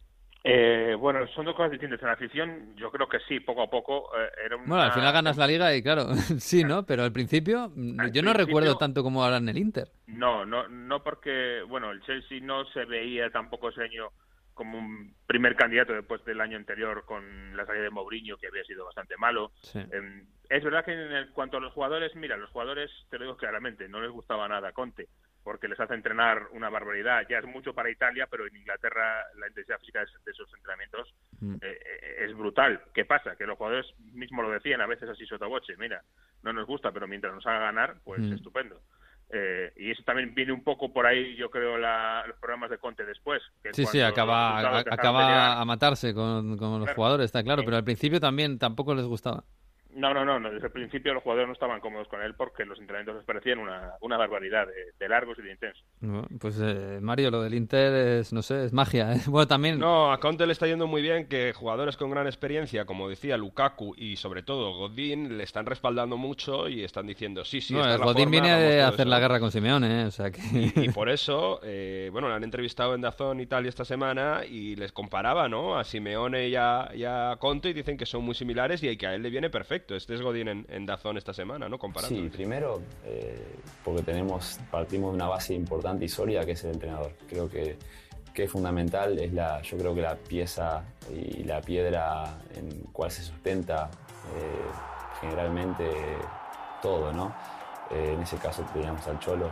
Eh, bueno, son dos cosas distintas. En la afición, yo creo que sí, poco a poco. Eh, era una... Bueno, al final ganas la Liga y claro, sí, ¿no? Pero al principio, al yo no principio, recuerdo tanto como ahora en el Inter. No, no, no porque, bueno, el Chelsea no se veía tampoco ese año como un primer candidato después del año anterior con la salida de Mourinho, que había sido bastante malo. Sí. Eh, es verdad que en el, cuanto a los jugadores, mira, los jugadores, te lo digo claramente, no les gustaba nada Conte, porque les hace entrenar una barbaridad. Ya es mucho para Italia, pero en Inglaterra la intensidad física de esos entrenamientos mm. eh, es brutal. ¿Qué pasa? Que los jugadores mismos lo decían a veces así sotoboche, mira, no nos gusta, pero mientras nos haga ganar, pues mm. estupendo. Eh, y eso también viene un poco por ahí, yo creo, la, los programas de Conte después. Que sí, sí, acaba, a, acaba a matarse con, con los claro. jugadores, está claro, sí. Pero al principio también tampoco les gustaba. No, no, no, no, desde el principio los jugadores no estaban cómodos con él porque los entrenamientos les parecían una, una barbaridad de, de largos y de intensos. Bueno, pues eh, Mario, lo del Inter es, no sé, es magia, ¿eh? Bueno, también... No, a Conte le está yendo muy bien que jugadores con gran experiencia, como decía Lukaku y sobre todo Godín, le están respaldando mucho y están diciendo sí, sí, no, esta es la Godín forma, viene a hacer eso. la guerra con Simeone, ¿eh? O sea que... y, y por eso, eh, bueno, le han entrevistado en DAZN Italia esta semana y les comparaba, ¿no? A Simeone y a, y a Conte, y dicen que son muy similares y que a él le viene perfecto. Este es Godín en en DAZN esta semana, ¿no? Comparando. Sí, primero eh, porque tenemos partimos de una base importante y sólida que es el entrenador. Creo que, que es fundamental, es la, yo creo que la pieza y la piedra en cual se sustenta eh, generalmente todo, ¿no? Eh, en ese caso teníamos al Cholo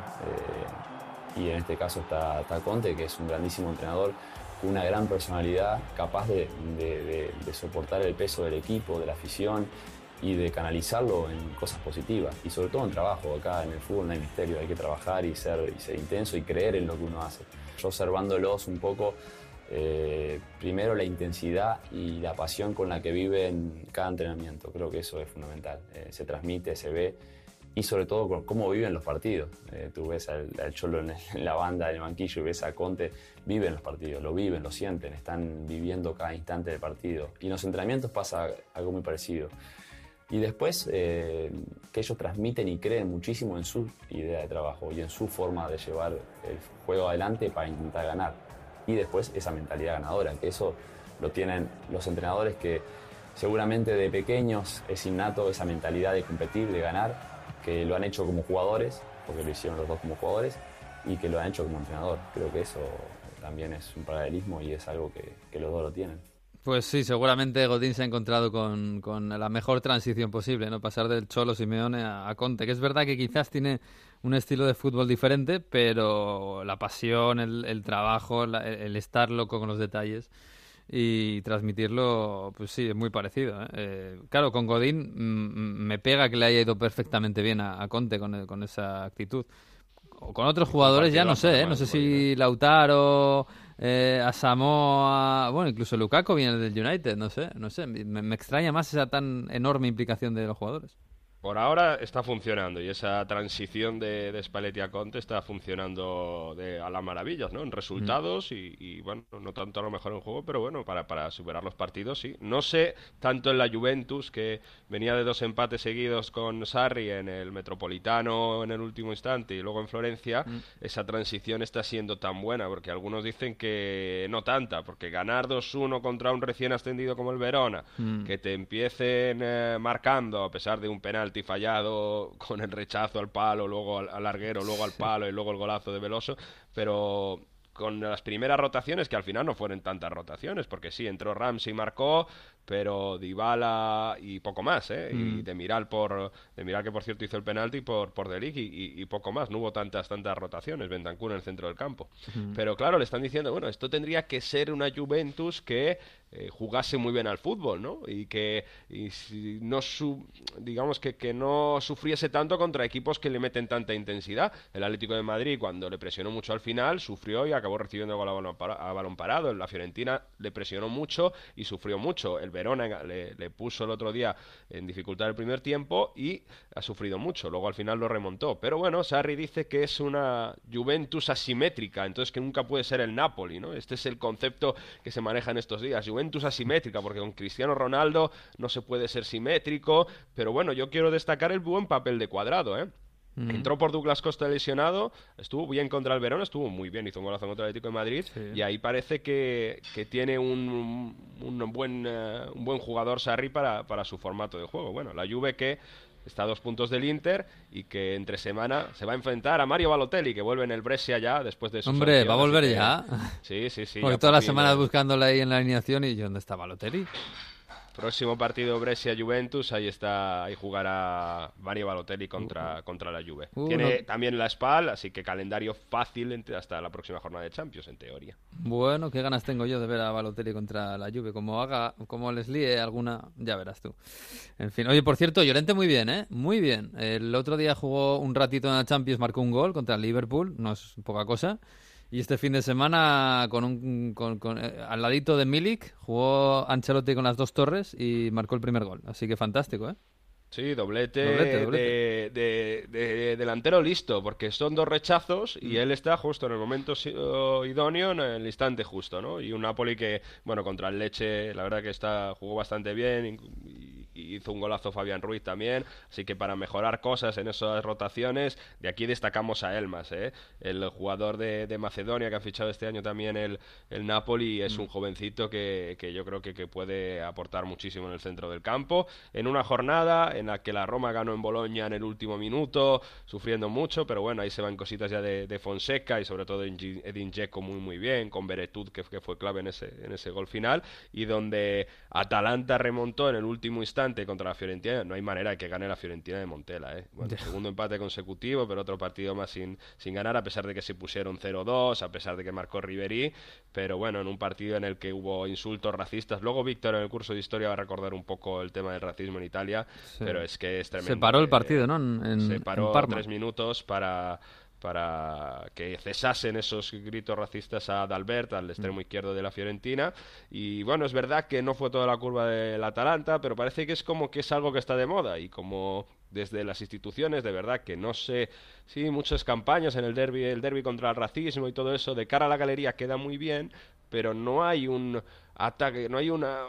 eh, y en este caso está, está Conte, que es un grandísimo entrenador con una gran personalidad, capaz de, de, de, de soportar el peso del equipo, de la afición y de canalizarlo en cosas positivas y sobre todo en trabajo. Acá en el fútbol no hay misterio, hay que trabajar y ser, y ser intenso y creer en lo que uno hace. Yo observándolos un poco, eh, primero la intensidad y la pasión con la que viven cada entrenamiento, creo que eso es fundamental. Eh, se transmite, se ve y sobre todo con cómo viven los partidos. Eh, tú ves al, al Cholo en, el, en la banda, en el banquillo, y ves a Conte, viven los partidos, lo viven, lo sienten, están viviendo cada instante del partido. Y en los entrenamientos pasa algo muy parecido. Y después eh, que ellos transmiten y creen muchísimo en su idea de trabajo y en su forma de llevar el juego adelante para intentar ganar. Y después esa mentalidad ganadora, que eso lo tienen los entrenadores que seguramente de pequeños es innato esa mentalidad de competir, de ganar, que lo han hecho como jugadores, porque lo hicieron los dos como jugadores, y que lo han hecho como entrenador. Creo que eso también es un paralelismo y es algo que, que los dos lo tienen. Pues sí, seguramente Godín se ha encontrado con, con la mejor transición posible, ¿no? Pasar del Cholo Simeone a, a Conte, que es verdad que quizás tiene un estilo de fútbol diferente, pero la pasión, el, el trabajo, la, el estar loco con los detalles y transmitirlo, pues sí, es muy parecido, ¿eh? Eh, claro, con Godín mm, me pega que le haya ido perfectamente bien a, a Conte con, con esa actitud. O con otros jugadores ya no sé, ¿eh? No sé si Lautaro, eh, Asamoah, bueno, incluso Lukaku viene del United, no sé, no sé, me, me extraña más esa tan enorme implicación de los jugadores. Por ahora está funcionando y esa transición de, de Spalletti a Conte está funcionando de, a las maravillas, ¿no? En resultados mm. y, y, bueno, no tanto a lo mejor en juego, pero bueno, para, para superar los partidos, sí. No sé, tanto en la Juventus, que venía de dos empates seguidos con Sarri en el Metropolitano en el último instante y luego en Florencia, mm. esa transición está siendo tan buena, porque algunos dicen que no tanta, porque ganar dos uno contra un recién ascendido como el Verona, mm. que te empiecen eh, marcando a pesar de un penal fallado con el rechazo al palo, luego al, al larguero, luego al palo y luego el golazo de Veloso, pero con las primeras rotaciones, que al final no fueron tantas rotaciones, porque sí, entró Ramsey y marcó, pero Dybala y poco más, ¿eh? Mm. Y Demiral, por, Demiral que por cierto hizo el penalti por, por De Ligt y, y, y poco más, no hubo tantas tantas rotaciones, Bentancur en el centro del campo. Mm. Pero claro, le están diciendo, bueno, esto tendría que ser una Juventus que eh, jugase muy bien al fútbol, ¿no? Y que y si no su, digamos que, que no sufriese tanto contra equipos que le meten tanta intensidad. El Atlético de Madrid, cuando le presionó mucho al final, sufrió y acabó recibiendo gol a balón, para, a balón parado. La Fiorentina le presionó mucho y sufrió mucho. El Verona le, le puso el otro día en dificultad el primer tiempo y ha sufrido mucho. Luego al final lo remontó. Pero bueno, Sarri dice que es una Juventus asimétrica, entonces que nunca puede ser el Napoli, ¿no? Este es el concepto que se maneja en estos días. Juventus asimétrica, porque con Cristiano Ronaldo no se puede ser simétrico. Pero bueno, yo quiero destacar el buen papel de Cuadrado, ¿eh? Mm. Entró por Douglas Costa lesionado, estuvo bien contra el Verona, estuvo muy bien, hizo un golazo contra el Atlético de Madrid, sí. Y ahí parece que, que tiene un, un, buen, uh, un buen jugador Sarri para, para su formato de juego. Bueno, la Juve que está a dos puntos del Inter y que entre semana se va a enfrentar a Mario Balotelli, que vuelve en el Brescia ya después de su Hombre, sanción, ¿va a volver que... ya? Sí, sí, sí. Porque todas las semanas buscándole ahí en la alineación y ¿dónde está Balotelli? Próximo partido Brescia-Juventus, ahí está, ahí jugará Mario Balotelli contra, uh, contra la Juve. Uh, Tiene no. también la Spal, así que calendario fácil entre, hasta la próxima jornada de Champions, en teoría. Bueno, qué ganas tengo yo de ver a Balotelli contra la Juve. Como haga, como les líe alguna, ya verás tú. En fin, oye, por cierto, Llorente muy bien, ¿eh? Muy bien. El otro día jugó un ratito en la Champions, marcó un gol contra el Liverpool, no es poca cosa. Y este fin de semana, con un con, con, eh, al ladito de Milik, jugó Ancelotti con las dos torres y marcó el primer gol. Así que fantástico, ¿eh? Sí, doblete, doblete, doblete. De, de, de, de delantero listo, porque son dos rechazos y mm. él está justo en el momento idóneo, en el instante justo, ¿no? Y un Napoli que, bueno, contra el Lecce, la verdad que está jugó bastante bien y, y hizo un golazo Fabián Ruiz también, así que para mejorar cosas en esas rotaciones, de aquí destacamos a Elmas, ¿eh? El jugador de, de Macedonia que ha fichado este año también el, el Napoli, es mm. un jovencito que, que yo creo que, que puede aportar muchísimo en el centro del campo, en una jornada en la que la Roma ganó en Boloña en el último minuto, sufriendo mucho, pero bueno, ahí se van cositas ya de, de Fonseca y sobre todo Edin Dzeko muy muy bien, con Beretut que, que fue clave en ese, en ese gol final, y donde Atalanta remontó en el último instante empate contra la Fiorentina, no hay manera de que gane la Fiorentina de Montella, ¿eh? Bueno, segundo empate consecutivo, pero otro partido más sin, sin ganar, a pesar de que se pusieron cero dos, a pesar de que marcó Ribéry, pero bueno, en un partido en el que hubo insultos racistas. Luego Víctor en el curso de historia va a recordar un poco el tema del racismo en Italia, sí. pero es que es tremendo. Se paró el partido, ¿no? En, en, se paró en Parma. tres minutos para... para que cesasen esos gritos racistas a D'Albert, al extremo mm. izquierdo de la Fiorentina. Y bueno, es verdad que no fue toda la curva del Atalanta, pero parece que es como que es algo que está de moda, y como desde las instituciones, de verdad que no sé, sí, muchas campañas en el derbi, el derbi contra el racismo y todo eso, de cara a la galería queda muy bien, pero no hay un ataque, no hay una,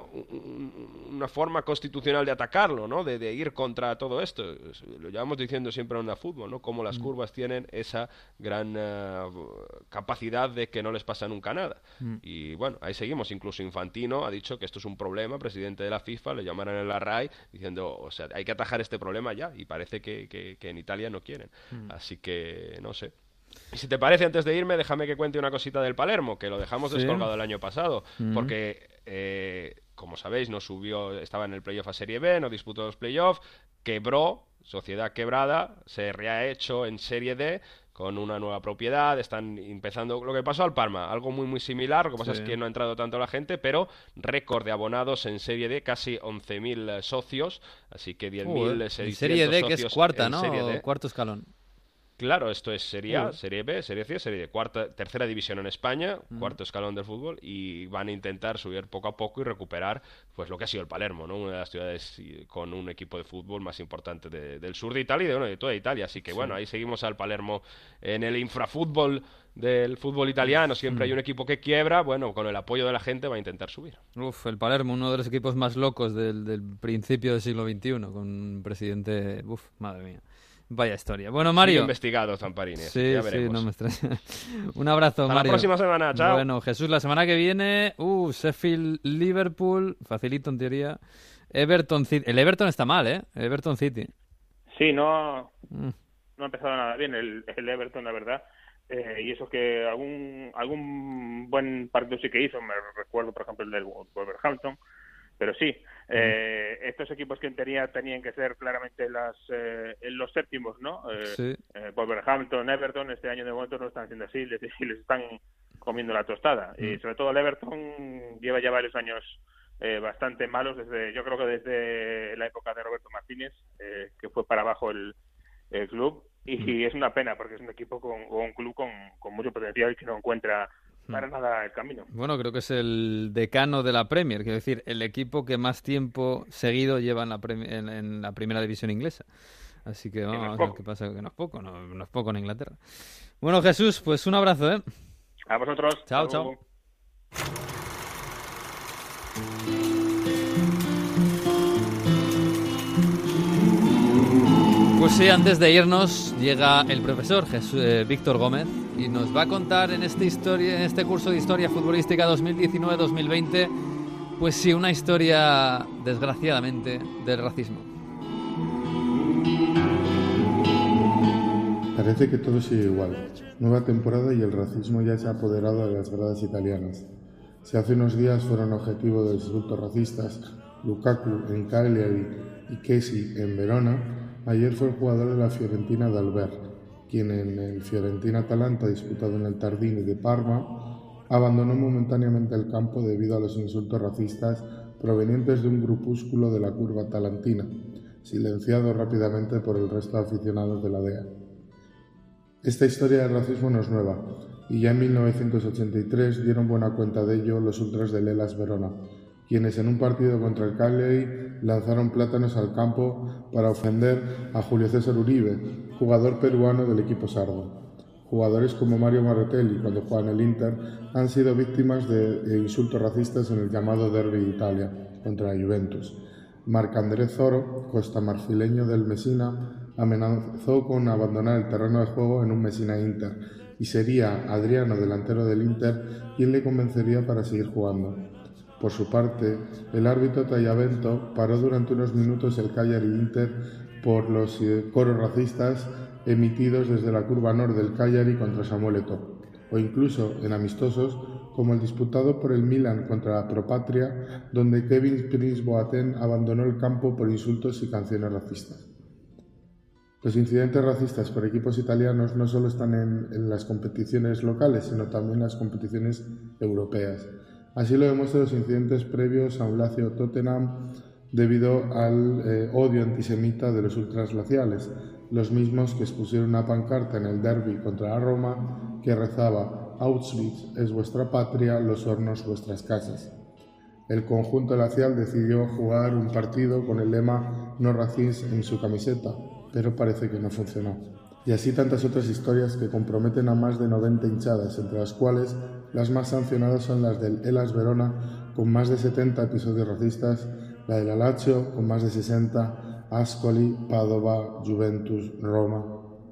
un, una forma constitucional de atacarlo, ¿no? De, de ir contra todo esto. Lo llevamos diciendo siempre en Onda Fútbol, ¿no? Como las mm. curvas tienen esa gran uh, capacidad de que no les pasa nunca nada. Mm. Y bueno, ahí seguimos. Incluso Infantino ha dicho que esto es un problema, presidente de la FIFA, le llamaron en la R A I diciendo, o sea, hay que atajar este problema ya, y parece que, que, que en Italia no quieren. Mm. Así que, no sé. Y si te parece, antes de irme, déjame que cuente una cosita del Palermo, que lo dejamos ¿Sí? descolgado el año pasado, mm-hmm. porque, eh, como sabéis, no subió, estaba en el playoff a Serie B, no disputó los playoffs, quebró, sociedad quebrada, se reha-hecho en Serie D, con una nueva propiedad, están empezando lo que pasó al Parma, algo muy muy similar, lo que pasa sí. es que no ha entrado tanto la gente, pero récord de abonados en Serie D, casi once mil socios, así que diez mil seiscientos Serie D, socios que es cuarta, ¿no? Serie D. Cuarto escalón. Claro, esto es Serie A, uh. Serie B, Serie C, Serie D, cuarta, tercera división en España, uh. cuarto escalón del fútbol, y van a intentar subir poco a poco y recuperar pues lo que ha sido el Palermo, ¿no? Una de las ciudades con un equipo de fútbol más importante de, del sur de Italia y de, bueno, de toda Italia. Así que sí. bueno, ahí seguimos al Palermo en el infrafútbol del fútbol italiano. Siempre mm. hay un equipo que quiebra, bueno, con el apoyo de la gente va a intentar subir. Uf, el Palermo, uno de los equipos más locos del, del principio del siglo veintiuno, con un presidente, uf, madre mía. Vaya historia. Bueno, Mario. Sigue investigado, Zamparini. Sí, ya sí, no me extraña. Un abrazo, Hasta Mario. la próxima semana, chao. Bueno, Jesús, la semana que viene, uh, Sheffield, Liverpool, facilito en teoría. Everton City. El Everton está mal, ¿eh? Everton City. Sí, no, mm. no ha empezado nada bien el, el Everton, la verdad. Eh, y eso que algún algún buen partido sí que hizo. Me recuerdo, por ejemplo, el del Wolverhampton. Pero sí, eh, estos equipos que en teoría tenían que ser claramente las eh, los séptimos, ¿no? Eh, sí. eh, Wolverhampton, Everton, este año de momento no están siendo así, les, les están comiendo la tostada. Mm. Y sobre todo el Everton lleva ya varios años eh, bastante malos, desde yo creo que desde la época de Roberto Martínez, eh, que fue para abajo el, el club. Y, mm. y es una pena, porque es un equipo con, o un club con, con mucho potencial y que no encuentra para nada el camino. Bueno, creo que es el decano de la Premier, quiero decir, el equipo que más tiempo seguido lleva en la, en, en la primera división inglesa. Así que vamos no a ver qué pasa, que no es poco, no, no es poco en Inglaterra. Bueno, Jesús, pues un abrazo, ¿eh? A vosotros. Chao, chao. Pues sí, antes de irnos llega el profesor Jesús, eh, Víctor Gómez y nos va a contar en este, historia, en este curso de Historia Futbolística dos mil diecinueve dos mil veinte, pues sí, una historia, desgraciadamente, del racismo. Parece que todo sigue igual. Nueva temporada y el racismo ya se ha apoderado de las gradas italianas. Si hace unos días fueron objetivo de insultos racistas Lukaku en Cagliari y Kessi en Verona, ayer fue el jugador de la Fiorentina D'Albert, quien en el Fiorentina-Atalanta disputado en el Tardini de Parma, abandonó momentáneamente el campo debido a los insultos racistas provenientes de un grupúsculo de la curva atalantina, silenciado rápidamente por el resto de aficionados de la D E A. Esta historia del racismo no es nueva, y ya en mil novecientos ochenta y tres dieron buena cuenta de ello los ultras del Hellas Verona, quienes en un partido contra el Cagliari lanzaron plátanos al campo para ofender a Julio César Uribe, jugador peruano del equipo sardo. Jugadores como Mario Maratelli, cuando juega en el Inter, han sido víctimas de, de insultos racistas en el llamado Derby de Italia, contra la Juventus. Marc-André Zoro, costamarfileño del Messina, amenazó con abandonar el terreno de juego en un Messina Inter, y sería Adriano, delantero del Inter, quien le convencería para seguir jugando. Por su parte, el árbitro Tagliavento paró durante unos minutos el Cagliari Inter por los coros racistas emitidos desde la curva norte del Cagliari contra Samuel Eto'o, o incluso en amistosos como el disputado por el Milan contra la Propatria, donde Kevin Prince Boateng abandonó el campo por insultos y canciones racistas. Los incidentes racistas por equipos italianos no solo están en, en las competiciones locales, sino también en las competiciones europeas. Así lo demuestran los incidentes previos a un Lazio-Tottenham debido al eh, odio antisemita de los ultrasglaciales, los mismos que expusieron una pancarta en el derbi contra la Roma que rezaba «Auschwitz es vuestra patria, los hornos vuestras casas». El conjunto glacial decidió jugar un partido con el lema «No racism» en su camiseta, pero parece que no funcionó. Y así tantas otras historias que comprometen a más de noventa hinchadas, entre las cuales las más sancionadas son las del Hellas Verona, con más de setenta episodios racistas, la de la Lazio, con más de sesenta, Ascoli, Padova, Juventus, Roma.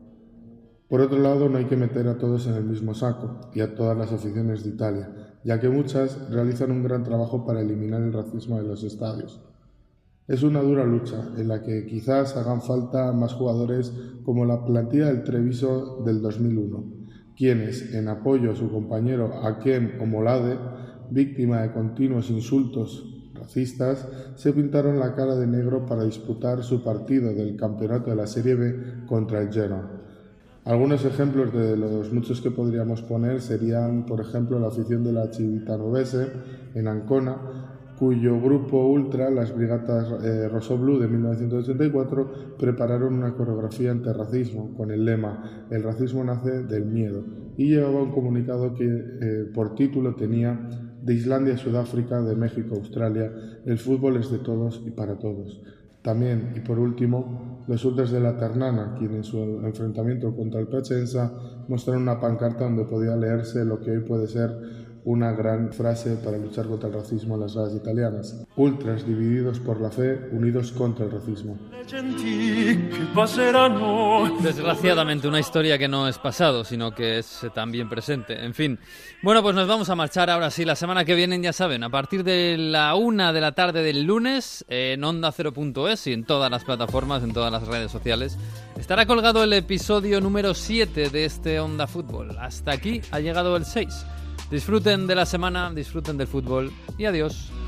Por otro lado, no hay que meter a todos en el mismo saco, y a todas las aficiones de Italia, ya que muchas realizan un gran trabajo para eliminar el racismo de los estadios. Es una dura lucha, en la que quizás hagan falta más jugadores como la plantilla del Treviso del dos mil uno, quienes, en apoyo a su compañero Hakem Omolade, víctima de continuos insultos racistas, se pintaron la cara de negro para disputar su partido del campeonato de la Serie B contra el Genoa. Algunos ejemplos de los muchos que podríamos poner serían, por ejemplo, la afición de la Civitanovese en Ancona, cuyo grupo ultra, las Brigadas eh, Rossoblu de mil novecientos ochenta y cuatro, prepararon una coreografía antirracismo con el lema «El racismo nace del miedo» y llevaba un comunicado que eh, por título tenía «De Islandia a Sudáfrica, de México a Australia, el fútbol es de todos y para todos». También, y por último, los ultras de la Ternana, quienes en su enfrentamiento contra el Piacenza mostraron una pancarta donde podía leerse lo que hoy puede ser una gran frase para luchar contra el racismo en las gradas italianas. Ultras divididos por la fe, unidos contra el racismo. Desgraciadamente, una historia que no es pasado, sino que es también presente. En fin. Bueno, pues nos vamos a marchar ahora sí. La semana que viene, ya saben, a partir de la una de la tarde del lunes, en onda cero punto es y en todas las plataformas, en todas las redes sociales, estará colgado el episodio número siete de este Onda Fútbol. Hasta aquí ha llegado el seis. Disfruten de la semana, disfruten del fútbol y adiós.